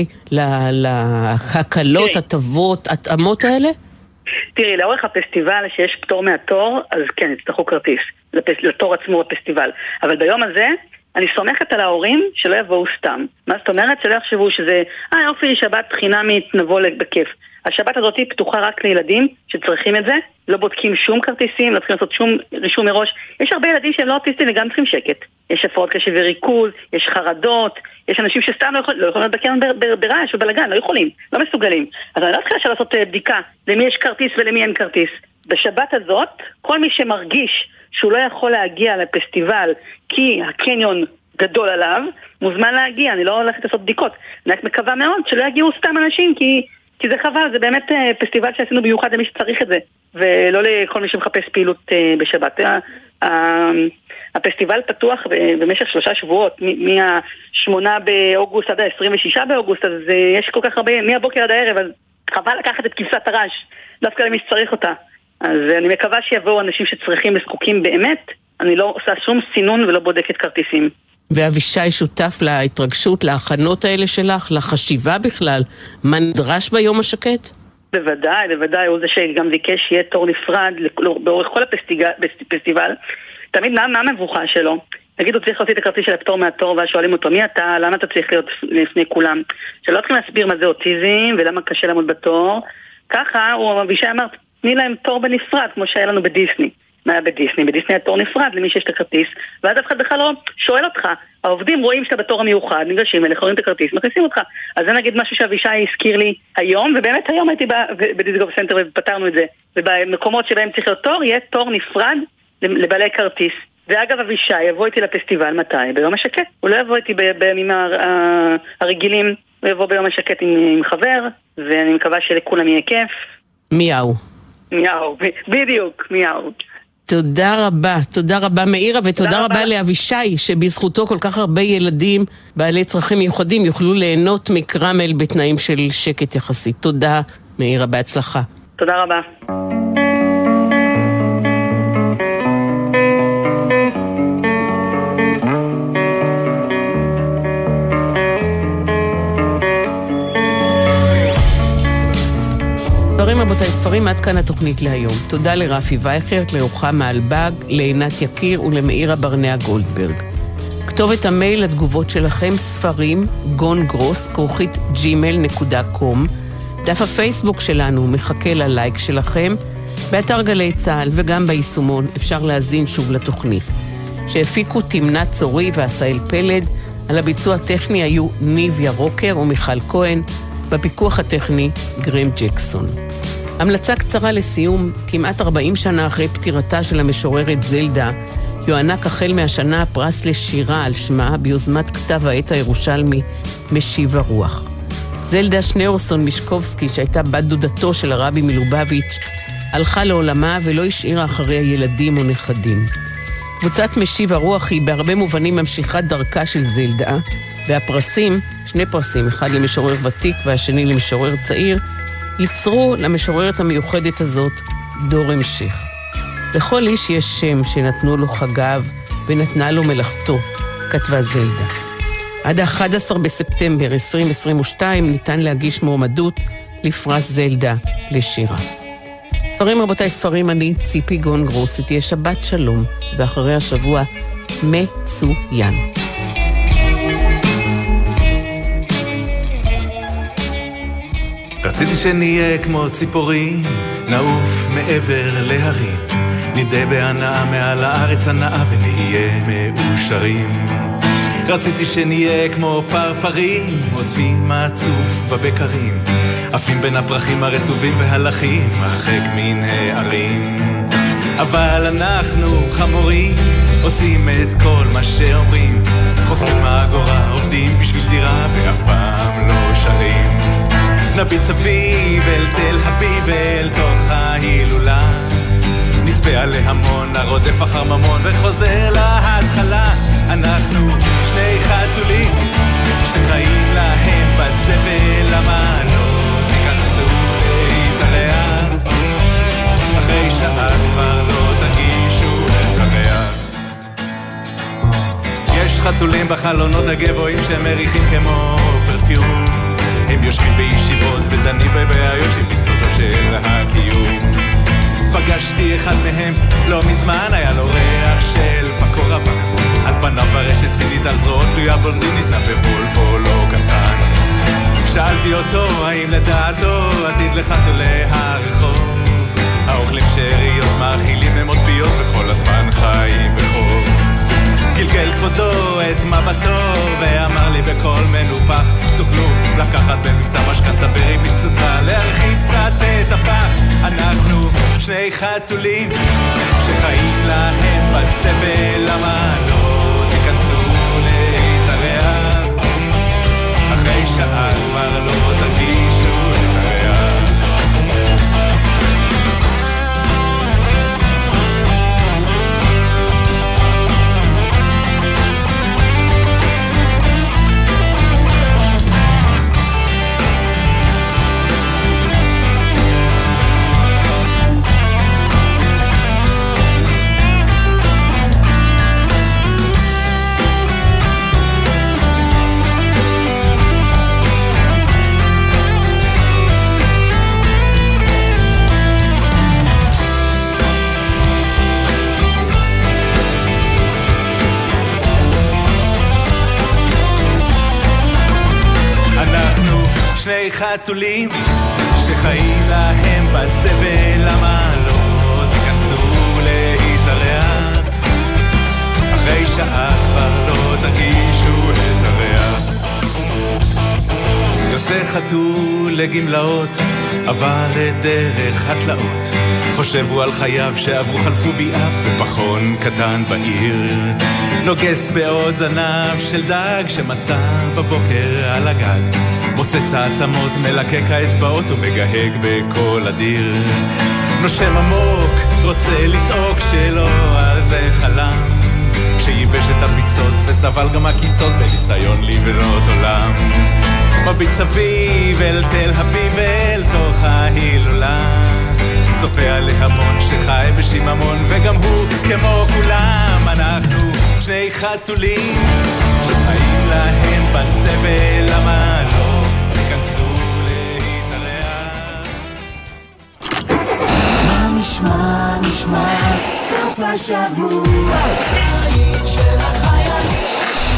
להקלות, הטבות, התאמות האלה? תראי, לאורך הפסטיבל שיש פטור מהתור, אז כן, יצטרכו כרטיס לתור עצמו בפסטיבל. אבל ביום הזה, אני סומכת על ההורים שלא יבואו סתם. מה זאת אומרת? שלא יחשבו שזה, אה, יופי, שבת חינמית, נבוא בכיף. השבת הזאת היא פתוחה רק לילדים שצריכים את זה, לא בודקים שום כרטיסים, לא צריכים לעשות שום רישום מראש. יש הרבה ילדים שהם לא אוטיסטים וגם צריכים שקט. יש הפרעות קשב וריכוז, יש חרדות, יש אנשים שסתם לא יכולים, לא יכולים לדקן ברעש ובלגן, לא יכולים, לא מסוגלים. אז אני לא צריכה עכשיו לעשות בדיקה למי יש כרטיס ולמי אין כרטיס. בשבת הזאת, כל מי שמרגיש שהוא לא יכול להגיע לפסטיבל כי הקניון גדול עליו, מוזמן להגיע, אני לא הולכת לעשות בדיקות. אני רק מקווה מאוד שלא יגיעו סתם אנשים, כי, כי זה חבל, זה באמת פסטיבל שעשינו ביוחד למי שצריך את זה, ולא לכל מי שמחפש פעילות בשבת. הפסטיבל פתוח במשך שלושה שבועות, מה-שמונה באוגוסט עד ה-עשרים ושישה באוגוסט, אז יש כל כך הרבה, מהבוקר עד הערב, אז חבל לקחת את כבשת הרש, דווקא למי שצריך אותה. אז אני מקווה שיבואו אנשים שצריכים וזקוקים באמת, אני לא עושה שום סינון ולא בודקת כרטיסים. ואבישי שותף להתרגשות, להכנות האלה שלך, לחשיבה בכלל, מה נדרש ביום השקט? בוודאי, בוודאי, הוא זה שגם ביקש שיהיה תור נפרד באורך כל הפסטיבל. תמיד מה, מה המבוכה שלו? נגיד, הוא צריך להוציא את הכרטיס של הפטור מהתור, ואז שואלים אותו, מי אתה? למה אתה צריך להיות לפני כולם? שלא צריכים להסביר מה זה אוטיזם, ולמה קשה לעמוד בתור. ככה, הוא אבישי אמר, תני להם תור בנפרד, כמו שהיה לנו בדיסני. מה היה בדיסני? בדיסני היה תור נפרד למי שיש את הכרטיס, ואז אף אחד בכלל לא שואל אותך. העובדים רואים שאתה בתור המיוחד, ניגשים אליך, רואים את הכרטיס, מכניסים אותך. אז זה נגיד משהו שאבישי הזכיר לי היום, ובאמת היום הייתי בדיסגוף סנטר ופתרנו את זה. ובמקומות שבהם צריך להיות תור, יהיה תור נפרד לבעלי כרטיס. ואגב, אבישי יבוא איתי לפסטיבל מתי? ביום השקט. הוא לא יבוא איתי בימים הרגילים, הוא יבוא ביום השקט עם, עם חבר, ואני מקווה שלכולם יהיה כיף. מיהו. מיהו, בדיוק, מיהו. תודה רבה, תודה רבה מאירה, ותודה רבה לאבישי, שבזכותו כל כך הרבה ילדים בעלי צרכים מיוחדים יוכלו ליהנות מקרמל בתנאים של שקט יחסית. תודה מאירה, בהצלחה. תודה רבה. ספרים רבותיי, ספרים, עד כאן התוכנית להיום. תודה לרפי וייכרט, לרוחמה אלבג, לעינת יקיר ולמאירה ברנע גולדברג. כתובת המייל לתגובות שלכם, ספרים, גון גרוס, כרוכית ג'ימייל נקודה קום. דף הפייסבוק שלנו מחכה ללייק שלכם. באתר גלי צהל וגם ביישומון אפשר להזין שוב לתוכנית. שהפיקו תמנת צורי ועשאל פלד, על הביצוע הטכני היו ניב ירוקר ומיכל כהן, בפיקוח הטכני גרם ג'קסון. המלצה קצרה לסיום, כמעט ארבעים שנה אחרי פטירתה של המשוררת זלדה, יוענק החל מהשנה הפרס לשירה על שמה ביוזמת כתב העת הירושלמי משיב הרוח. זלדה שניאורסון מישקובסקי, שהייתה בת דודתו של הרבי מלובביץ', הלכה לעולמה ולא השאירה אחריה ילדים או נכדים. קבוצת משיב הרוח היא בהרבה מובנים ממשיכת דרכה של זלדה, והפרסים, שני פרסים, אחד למשורר ותיק והשני למשורר צעיר, ייצרו למשוררת המיוחדת הזאת דור המשך. לכל איש יש שם שנתנו לו חגיו ונתנה לו מלאכתו, כתבה זלדה. עד ה-אחד עשר בספטמבר עשרים עשרים ושתיים ניתן להגיש מועמדות לפרס זלדה לשירה. ספרים רבותיי, ספרים, אני ציפי גון גרוס, ותהיה שבת שלום, ואחרי השבוע מצוין. רציתי שנהיה כמו ציפורים, נעוף מעבר להרים, נדע בהנאה מעל הארץ הנאה ונהיה מאושרים. רציתי שנהיה כמו פרפרים, אוספים מעצוף בבקרים, עפים בין הפרחים הרטובים והלכים, הרחק מן הערים. אבל אנחנו חמורים, עושים את כל מה שאומרים, חוסכים מהגורה, עובדים בשביל דירה ואף פעם לא שרים. נביט סביב אל תל אביב ואל תוך ההילולה, נצפה על ההמון, הרודף אחר ממון וחוזר להתחלה. אנחנו שני חתולים שחיים להם בזבל, למה לא תיכנסו להתארח? אחרי שעה כבר לא תרגישו את הריח. יש חתולים בחלונות הגבוהים שהם מריחים כמו פרפיום, הם יושבים בישיבות ודנים בבעיות של ביסודו של הקיום. פגשתי אחד מהם לא מזמן, היה לו ריח של פקור רבה, על פניו הרשת צינית, על זרועות תלויה בלונדינית, בוולבו לא קטן. שאלתי אותו האם לדעתו עתיד לחתולי הרחוב, האוכלים שאריות מאכילים הם עוד פיות וכל הזמן חיים בחוב. גלגל כבודו את מבטו ואמר לי בקול מנופח, תוכלו לקחת במבצע משכנתא בריבית פיצוצה, להרחיב קצת את הפח. אנחנו שני חתולים שחיים להם בסבל, למה לא תיכנסו להתארח? אחרי שעה כבר לא תרגישו את הריח. חתולים שחיים להם בסבל, למה לא תיכנסו להתארח? אחרי שעה כבר לא תרגישו את הריח. יוצא חתול לגמלאות, עבר את דרך התלאות, חושב הוא על חייו שעברו חלפו ביעף בפחון קטן בעיר, נוגס בעוד זנב של דג שמצא בבוקר על הגג, מוצץ העצמות, מלקק האצבעות ומגהג בקול אדיר, נושם עמוק, רוצה לצעוק שלא על זה חלם, שייבש את הפיצות וסבל גם הקיצות בניסיון לבנות עולם, מביט סביב אל תל אביב ואל תוך ההילולה, צופה על ההמון שחי בשיממון וגם הוא כמו כולם, אנחנו שני חתולים שחיים להם בסבל, למה לא תיכנסו להתארח? מה נשמע נשמע סוף השבוע היית של החיילים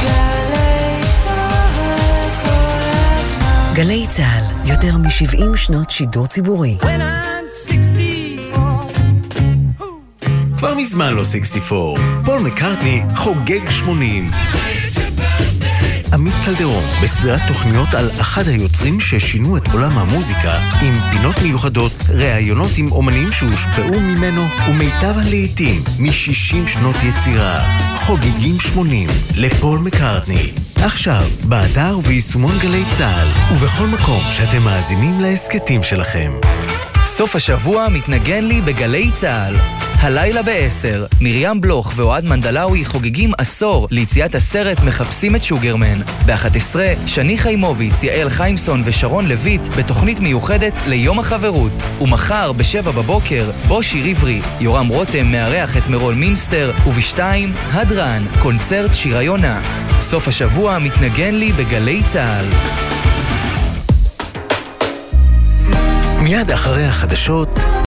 גלי צהל, יותר מ-שבעים שנות שידור ציבורי. כבר מזמן לא שישים וארבע. פול מקרטני חוגג שמונים. עמית קלדרון בסדרת תוכניות על אחד היוצרים ששינו את עולם המוזיקה, עם פינות מיוחדות, ראיונות עם אומנים שהושפעו ממנו ומיטב הלעיתים מ-שישים שנות יצירה. חוגגים שמונים לפול מקרטני. עכשיו, באתר וביישומון גלי צהל, ובכל מקום שאתם מאזינים להסקטים שלכם. סוף השבוע מתנגן לי בגלי צהל. הלילה בעשר, מרים בלוך ואוהד מנדלאוי חוגגים עשור ליציאת הסרט מחפשים את שוגרמן. ב-אחת עשרה, שני חיימוביץ, יעל חיימסון ושרון לויט בתוכנית מיוחדת ליום החברות. ומחר בשבע בבוקר, בו שיר עברי, יורם רותם מארח את מרול מינסטר, ובשתיים, הדרן, קונצרט שירה יונה. סוף השבוע מתנגן לי בגלי צהל. מיד אחרי החדשות